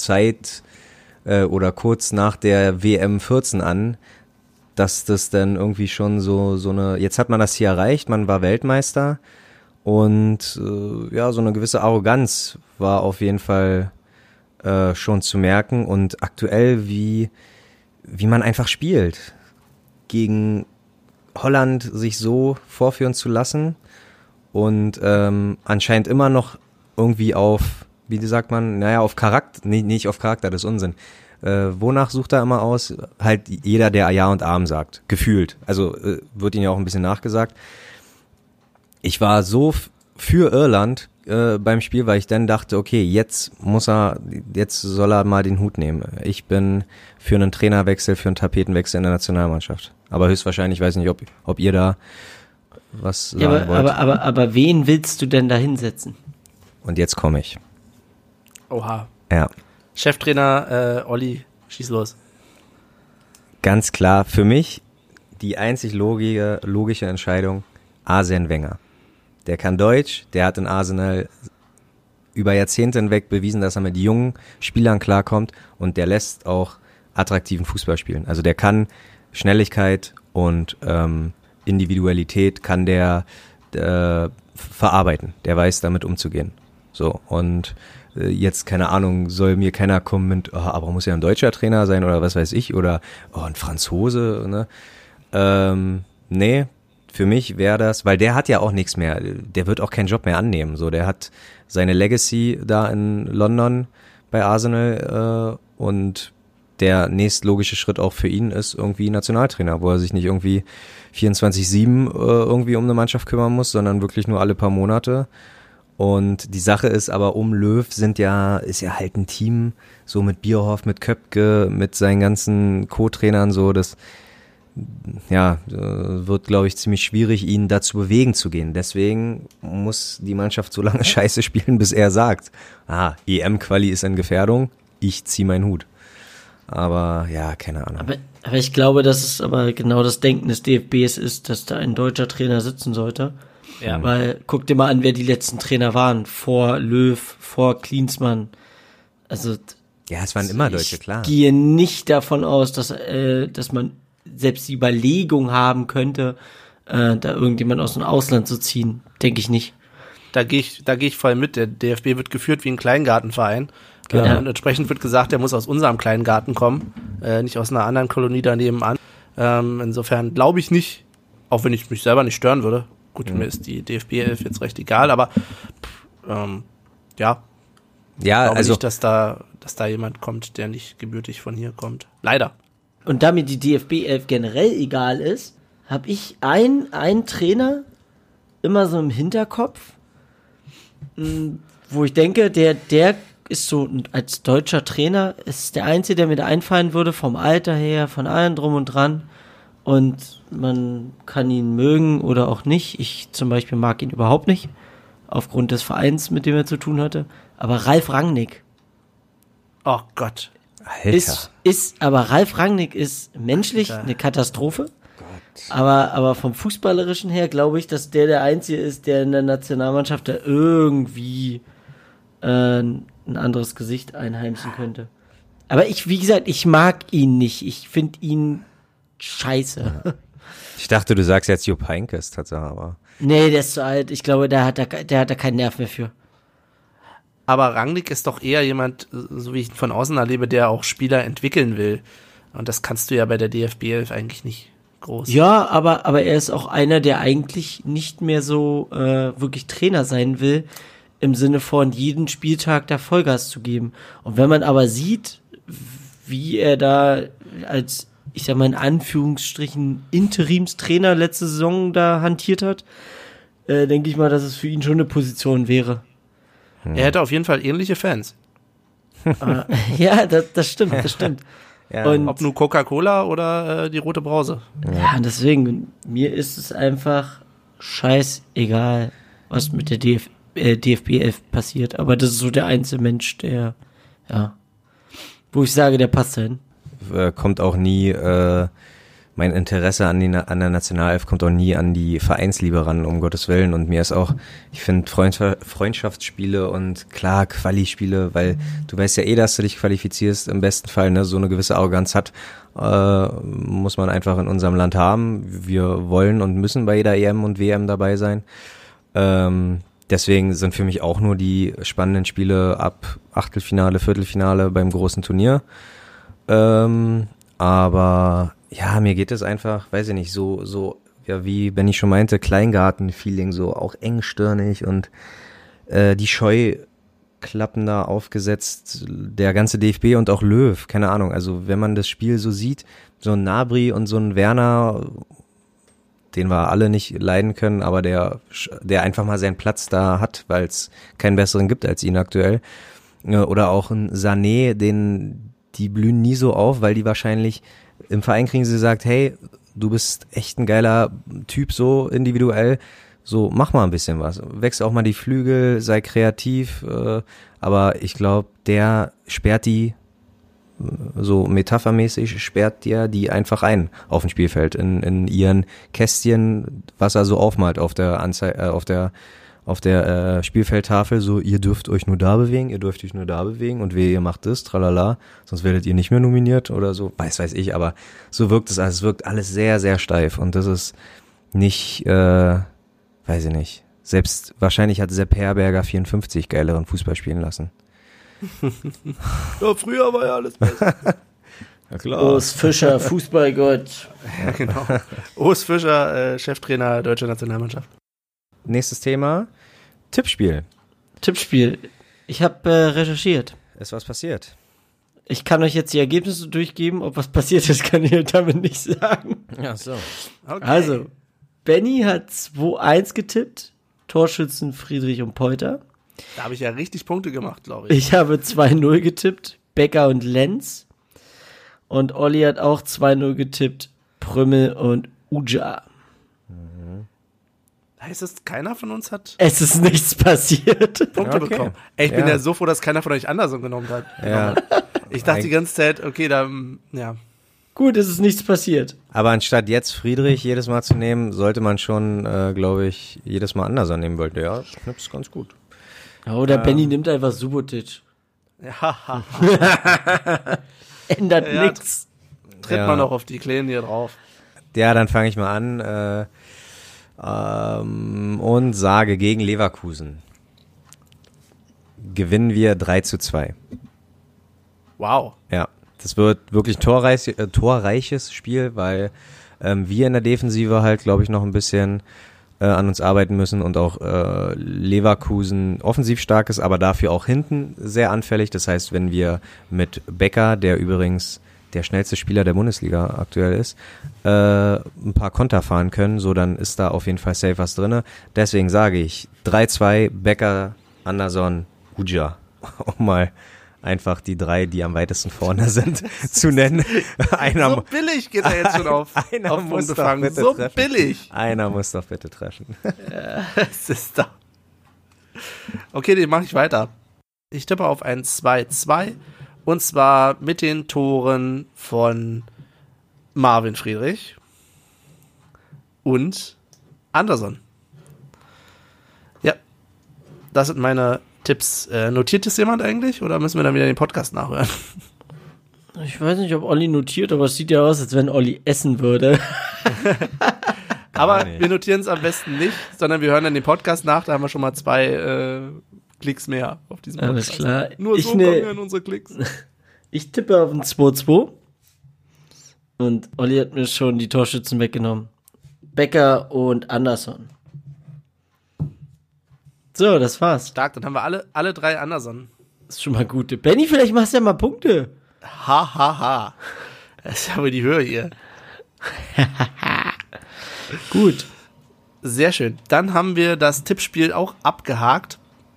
oder kurz nach der WM 14 an, dass das dann irgendwie schon so eine, jetzt hat man das hier erreicht, man war Weltmeister und so eine gewisse Arroganz war auf jeden Fall schon zu merken und aktuell wie man einfach spielt, gegen Holland sich so vorführen zu lassen und anscheinend immer noch irgendwie auf, wie sagt man, auf Charakter, nicht auf Charakter, das ist Unsinn. Wonach sucht er immer aus? Halt jeder, der Ja und Amen sagt. Gefühlt. Also wird ihnen ja auch ein bisschen nachgesagt. Ich war so für Irland beim Spiel, weil ich dann dachte, okay, jetzt soll er mal den Hut nehmen. Ich bin für einen Trainerwechsel, für einen Tapetenwechsel in der Nationalmannschaft. Aber höchstwahrscheinlich, ich weiß nicht, ob ihr da was sagen wollt. Aber wen willst du denn da hinsetzen? Und jetzt komme ich. Oha. Ja. Cheftrainer Olli, schieß los. Ganz klar, für mich die einzig logische Entscheidung, Arsene Wenger. Der kann Deutsch, der hat in Arsenal über Jahrzehnte hinweg bewiesen, dass er mit jungen Spielern klarkommt und der lässt auch attraktiven Fußball spielen. Also der kann Schnelligkeit und Individualität kann der verarbeiten. Der weiß damit umzugehen. So, und jetzt, keine Ahnung, soll mir keiner kommen mit, aber muss ja ein deutscher Trainer sein oder was weiß ich, oder ein Franzose, ne? Nee, für mich wäre das, weil der hat ja auch nichts mehr, der wird auch keinen Job mehr annehmen, so, der hat seine Legacy da in London bei Arsenal und der nächstlogische Schritt auch für ihn ist irgendwie Nationaltrainer, wo er sich nicht irgendwie 24/7 irgendwie um eine Mannschaft kümmern muss, sondern wirklich nur alle paar Monate. Und die Sache ist aber, um Löw ist ja halt ein Team, so mit Bierhoff, mit Köpke, mit seinen ganzen Co-Trainern, so, wird, glaube ich, ziemlich schwierig, ihn dazu bewegen zu gehen. Deswegen muss die Mannschaft so lange Scheiße spielen, bis er sagt, EM-Quali ist in Gefährdung, ich ziehe meinen Hut. Aber ja, keine Ahnung. Aber ich glaube, dass es aber genau das Denken des DFBs ist, dass da ein deutscher Trainer sitzen sollte. Ja. Weil, guck dir mal an, wer die letzten Trainer waren. Vor Löw, vor Klinsmann. Also, ja, es waren immer Deutsche, klar. Ich gehe nicht davon aus, dass man selbst die Überlegung haben könnte, da irgendjemand aus dem Ausland zu ziehen. Denke ich nicht. Da gehe ich voll mit. Der DFB wird geführt wie ein Kleingartenverein. Genau. Und entsprechend wird gesagt, der muss aus unserem kleinen Garten kommen, nicht aus einer anderen Kolonie daneben an. Insofern glaube ich nicht, auch wenn ich mich selber nicht stören würde. Gut, mir ist die DFB-11 jetzt recht egal, aber ja, glaube also nicht, dass da jemand kommt, der nicht gebürtig von hier kommt. Leider. Und da mir die DFB-11 generell egal ist, habe ich einen Trainer immer so im Hinterkopf, wo ich denke, der ist so als deutscher Trainer, ist der Einzige, der mir da einfallen würde, vom Alter her, von allem drum und dran. Und man kann ihn mögen oder auch nicht. Ich zum Beispiel mag ihn überhaupt nicht, aufgrund des Vereins, mit dem er zu tun hatte. Aber Ralf Rangnick. Oh Gott. Alter. Aber Ralf Rangnick ist menschlich Alter. eine Katastrophe. Aber vom Fußballerischen her glaube ich, dass der Einzige ist, der in der Nationalmannschaft da irgendwie ein anderes Gesicht einheimsen könnte. Aber wie gesagt, ich mag ihn nicht. Ich finde ihn scheiße. Ich dachte, du sagst jetzt Jupp Heynckes, Tatsache, aber. Nee, der ist zu alt. Ich glaube, der hat da keinen Nerv mehr für. Aber Rangnick ist doch eher jemand, so wie ich ihn von außen erlebe, der auch Spieler entwickeln will. Und das kannst du ja bei der DFB 11 eigentlich nicht groß. Ja, aber er ist auch einer, der eigentlich nicht mehr so wirklich Trainer sein will, im Sinne von jeden Spieltag da Vollgas zu geben. Und wenn man aber sieht, wie er da als, ich sag mal in Anführungsstrichen, Interimstrainer letzte Saison da hantiert hat, denke ich mal, dass es für ihn schon eine Position wäre. Er hätte auf jeden Fall ähnliche Fans. Ja, das stimmt. Ja. Und Ob nur Coca-Cola oder die Rote Brause. ja, deswegen, mir ist es einfach scheißegal, was mit der DFB 11 passiert. Aber das ist so der einzige Mensch, der, wo ich sage, der passt dahin. Kommt auch nie, mein Interesse an der Nationalelf kommt auch nie an die Vereinsliebe ran, um Gottes Willen. Und mir ist auch, ich finde Freundschaftsspiele und klar Quali-Spiele, weil du weißt ja dass du dich qualifizierst, im besten Fall, ne, so eine gewisse Arroganz muss man einfach in unserem Land haben. Wir wollen und müssen bei jeder EM und WM dabei sein. Deswegen sind für mich auch nur die spannenden Spiele ab Achtelfinale, Viertelfinale beim großen Turnier. Aber ja, mir geht es einfach, weiß ich nicht, so ja, wie Benni schon meinte, Kleingarten-Feeling, so auch engstirnig und die Scheuklappen da aufgesetzt, der ganze DFB und auch Löw, keine Ahnung, also wenn man das Spiel so sieht, so ein Nabri und so ein Werner, den wir alle nicht leiden können, aber der einfach mal seinen Platz da hat, weil es keinen besseren gibt als ihn aktuell, oder auch ein Sané, die blühen nie so auf, weil die wahrscheinlich im Verein kriegen sie gesagt, hey, du bist echt ein geiler Typ, so individuell, so mach mal ein bisschen was, wechsel auch mal die Flügel, sei kreativ, aber ich glaube, der sperrt die, so metaphermäßig sperrt der die einfach ein auf dem Spielfeld, in ihren Kästchen, was er so aufmalt auf der auf der Spielfeldtafel, so, ihr dürft euch nur da bewegen und ihr macht das, tralala, sonst werdet ihr nicht mehr nominiert oder so, weiß ich, aber so wirkt es, also es wirkt alles sehr, sehr steif und das ist nicht, weiß ich nicht, selbst wahrscheinlich hat Sepp Herberger 54 geileren Fußball spielen lassen. Ja, früher war ja alles besser. Ja, klar. Urs Fischer, Fußballgott. Ja, genau. Urs Fischer, Cheftrainer deutscher Nationalmannschaft. Nächstes Thema, Tippspiel. Ich habe recherchiert. Ist was passiert? Ich kann euch jetzt die Ergebnisse durchgeben. Ob was passiert ist, kann ich damit nicht sagen. Ja, so. Okay. Also, Benny hat 2-1 getippt. Torschützen Friedrich und Polter. Da habe ich ja richtig Punkte gemacht, glaube ich. Ich habe 2-0 getippt. Becker und Lenz. Und Olli hat auch 2-0 getippt. Prömmel und Uja. Heißt es, keiner von uns hat Es ist nichts passiert. Punkte Okay. bekommen? Ey, ich bin Ja. ja so froh, dass keiner von euch Anderson genommen hat. Ja. Ich dachte die ganze Zeit, okay, ja. Gut, es ist nichts passiert. Aber anstatt jetzt Friedrich jedes Mal zu nehmen, sollte man schon, glaube ich, jedes Mal Anderson nehmen wollte. Ja, das ist ganz gut. Oder Benny nimmt einfach Subotic. Ja, Ändert Ja, nichts. tritt Ja. man noch auf die Kleinen hier drauf. Ja, dann fange ich mal an und sage gegen Leverkusen gewinnen wir 3:2. Wow. Ja, das wird wirklich ein torreiches Spiel, weil wir in der Defensive halt, glaube ich, noch ein bisschen an uns arbeiten müssen und auch Leverkusen offensiv stark ist, aber dafür auch hinten sehr anfällig. Das heißt, wenn wir mit Becker, der übrigens der schnellste Spieler der Bundesliga aktuell ist, ein paar Konter fahren können, so dann ist da auf jeden Fall safe was drinne. Deswegen sage ich 3:2, Becker, Anderson, Uja, um mal einfach die drei, die am weitesten vorne sind, zu nennen. So billig geht er jetzt schon auf Einer muss doch Unbefangen. bitte So treffen. billig. Einer muss doch bitte treffen. Es ist da. Okay, den mache ich weiter. Ich tippe auf ein 2:2 und zwar mit den Toren von Marvin Friedrich und Anderson. Ja, das sind meine Tipps. Notiert es jemand eigentlich oder müssen wir dann wieder den Podcast nachhören? Ich weiß nicht, ob Olli notiert, aber es sieht ja aus, als wenn Olli essen würde. Aber nicht. wir notieren es am besten nicht, sondern wir hören dann den Podcast nach. Da haben wir schon mal 2 Klicks mehr auf diesem Podcast. Alles klar. Nur Ich so kommen wir an unsere Klicks. Ich tippe auf ein 2:2. Und Olli hat mir schon die Torschützen weggenommen. Becker und Anderson. So, das war's. Stark, dann haben wir alle 3 Anderson. Das ist schon mal gut. Benny, vielleicht machst du ja mal Punkte. Ha, ha, ha. Das ist ja wohl die Höhe hier. Gut. Sehr schön. Dann haben wir das Tippspiel auch abgehakt.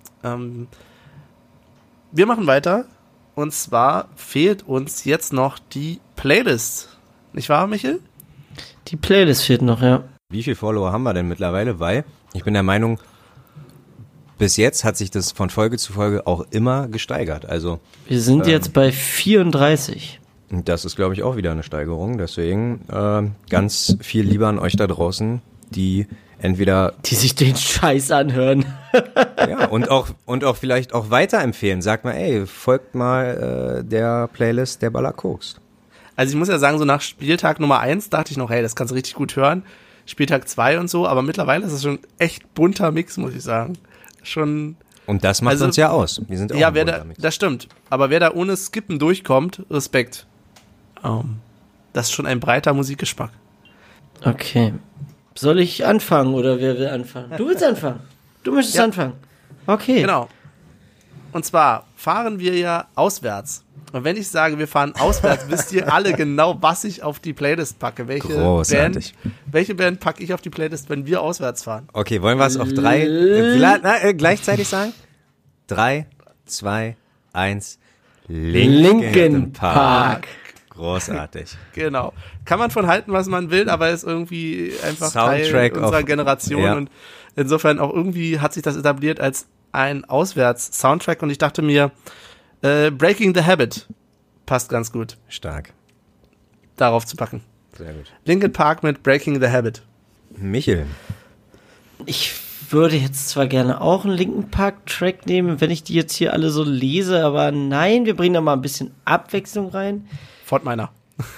Wir machen weiter. Und zwar fehlt uns jetzt noch die Playlist. Nicht wahr, Michel? Die Playlist fehlt noch, ja. Wie viele Follower haben wir denn mittlerweile? Weil ich bin der Meinung, bis jetzt hat sich das von Folge zu Folge auch immer gesteigert. Also Wir sind jetzt bei 34. das ist, glaube ich, auch wieder eine Steigerung. Deswegen ganz viel lieber an euch da draußen, die entweder Die sich den Scheiß anhören. ja und auch vielleicht auch weiterempfehlen. Sagt mal, ey, folgt mal der Playlist der Baller Koks. Also ich muss ja sagen, so nach Spieltag Nummer 1 dachte ich noch, hey, das kannst du richtig gut hören. Spieltag 2 und so, aber mittlerweile ist es schon echt bunter Mix, muss ich sagen. Schon. Und das macht Also, uns ja aus. Wir sind auch Ja, ein wer bunter da, Mix. das stimmt. Aber wer da ohne Skippen durchkommt, Respekt. Das ist schon ein breiter Musikgeschmack. Okay. Soll ich anfangen oder wer will anfangen? Du willst anfangen. Du möchtest Ja. anfangen. Okay. Genau. Und zwar fahren wir ja auswärts. Und wenn ich sage, wir fahren auswärts, wisst ihr alle genau, was ich auf die Playlist packe. Großartig. Welche Band packe ich auf die Playlist, wenn wir auswärts fahren? Okay, wollen wir es auf 3 gleichzeitig sagen? 3, 2, 1. Linkin Park. Großartig. Genau. Kann man von halten, was man will, aber ist irgendwie einfach Soundtrack Teil unserer auf- Generation. ja. Und insofern auch irgendwie hat sich das etabliert als ein Auswärts-Soundtrack. Und ich dachte mir, Breaking the Habit passt ganz gut, Stark. darauf zu packen. Sehr gut. Linkin Park mit Breaking the Habit. Michel. Ich würde jetzt zwar gerne auch einen Linkin Park Track nehmen, wenn ich die jetzt hier alle so lese, aber nein, wir bringen da mal ein bisschen Abwechslung rein. Fort Minor.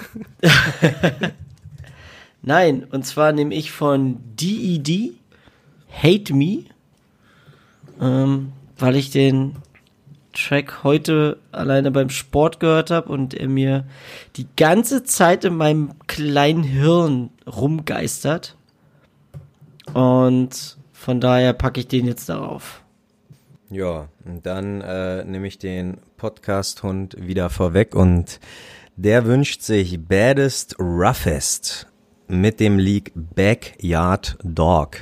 Nein, und zwar nehme ich von D.E.D. Hate Me, weil ich den Track heute alleine beim Sport gehört habe und er mir die ganze Zeit in meinem kleinen Hirn rumgeistert. Und von daher packe ich den jetzt darauf. Ja, und dann nehme ich den Podcast-Hund wieder vorweg und der wünscht sich Baddest Roughest mit dem Lied Backyard Dog.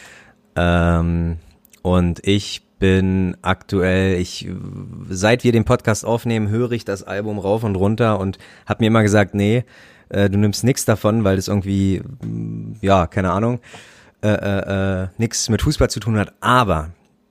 Und ich bin aktuell, seit wir den Podcast aufnehmen, höre ich das Album rauf und runter und habe mir immer gesagt, nee, du nimmst nichts davon, weil das irgendwie, ja, keine Ahnung, nichts mit Fußball zu tun hat, aber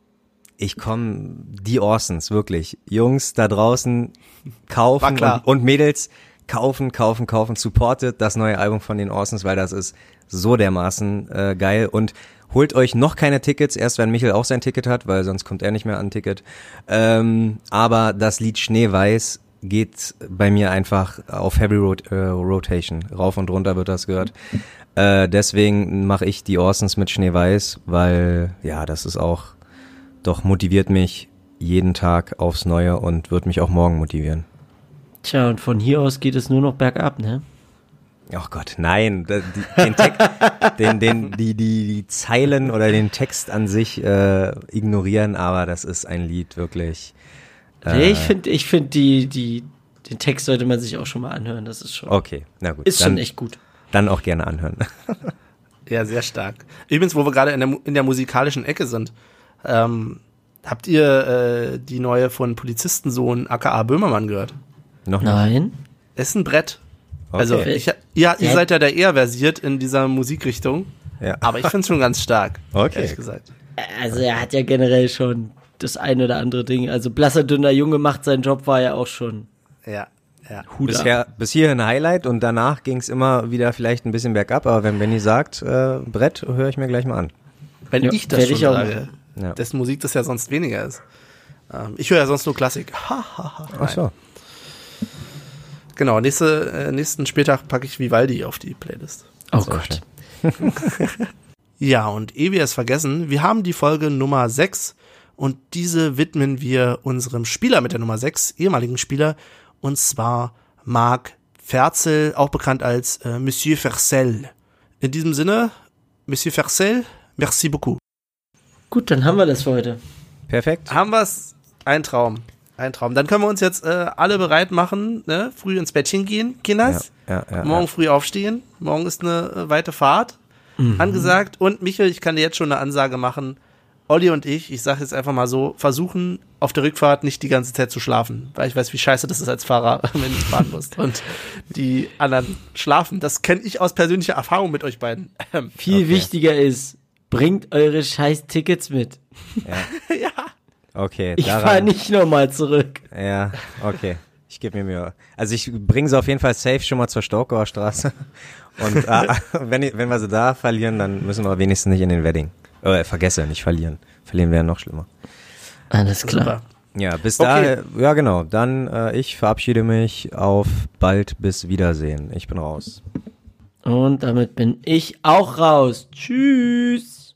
die Orsons, wirklich, Jungs da draußen, kaufen und Mädels, kaufen, supportet das neue Album von den Orsons, weil das ist so dermaßen geil und holt euch noch keine Tickets, erst wenn Michel auch sein Ticket hat, weil sonst kommt er nicht mehr an ein Ticket, aber das Lied Schneeweiß geht bei mir einfach auf Heavy Rotation, rauf und runter wird das gehört. Deswegen mache ich die Orsons mit Schneeweiß, weil ja, das ist auch, doch motiviert mich jeden Tag aufs Neue und wird mich auch morgen motivieren. Tja, und von hier aus geht es nur noch bergab, ne? Ach Gott, nein, die Zeilen oder den Text an sich ignorieren, aber das ist ein Lied wirklich. Nee, ich finde den Text sollte man sich auch schon mal anhören, das ist schon. Okay, na gut. Ist schon echt gut. Dann auch gerne anhören. Ja, sehr stark. Übrigens, wo wir gerade in der musikalischen Ecke sind, habt ihr die neue von Polizistensohn aka Böhmermann gehört? Noch nicht? Nein. Es ist ein Brett. Okay. Also ihr seid ja da eher versiert in dieser Musikrichtung, Ja. aber ich finde es schon ganz stark, Okay. ehrlich gesagt. Also er hat ja generell schon das ein oder andere Ding. Also blasser, dünner Junge macht seinen Job, war ja auch schon. Ja. Hut ab. Bis hierhin Highlight und danach ging es immer wieder vielleicht ein bisschen bergab, aber wenn Benni sagt, Brett, höre ich mir gleich mal an. Wenn Ja, ich das werd schon ich auch sage, Ja. dessen Musik das ja sonst weniger ist. Ich höre ja sonst nur Klassik. Ach so. Genau, nächsten Spieltag packe ich Vivaldi auf die Playlist. Oh Sehr Gott. Ja, und ehe wir es vergessen, wir haben die Folge Nummer 6 und diese widmen wir unserem Spieler mit der Nummer 6, ehemaligen Spieler, und zwar Marc Ferzel, auch bekannt als Monsieur Ferzel. In diesem Sinne, Monsieur Ferzel, merci beaucoup. Gut, dann haben wir das für heute. Perfekt. Haben wir's? Ein Traum. Dann können wir uns jetzt alle bereit machen, ne? Früh ins Bettchen gehen, Kinders. Ja, Morgen früh aufstehen. Morgen ist eine weite Fahrt angesagt. Und Michael, ich kann dir jetzt schon eine Ansage machen. Olli und ich sage jetzt einfach mal so, versuchen auf der Rückfahrt nicht die ganze Zeit zu schlafen. Weil ich weiß, wie scheiße das ist als Fahrer, wenn du fahren musst. Und die anderen schlafen. Das kenne ich aus persönlicher Erfahrung mit euch beiden. Viel wichtiger ist, bringt eure scheiß Tickets mit. Ja. Okay. Ich fahre nicht nochmal zurück. Ja, okay. Ich gebe mir Mühe. Also ich bringe sie auf jeden Fall safe schon mal zur Staukauer Straße. Und wenn wir sie da verlieren, dann müssen wir wenigstens nicht in den Wedding. Vergesse, nicht verlieren. Verlieren wäre noch schlimmer. Alles klar. Super. Ja, bis Okay. da. Ja, genau. Dann ich verabschiede mich auf bald, bis Wiedersehen. Ich bin raus. Und damit bin ich auch raus. Tschüss.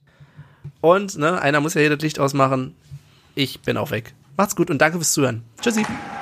Und einer muss ja hier das Licht ausmachen. Ich bin auch weg. Macht's gut und danke fürs Zuhören. Tschüssi.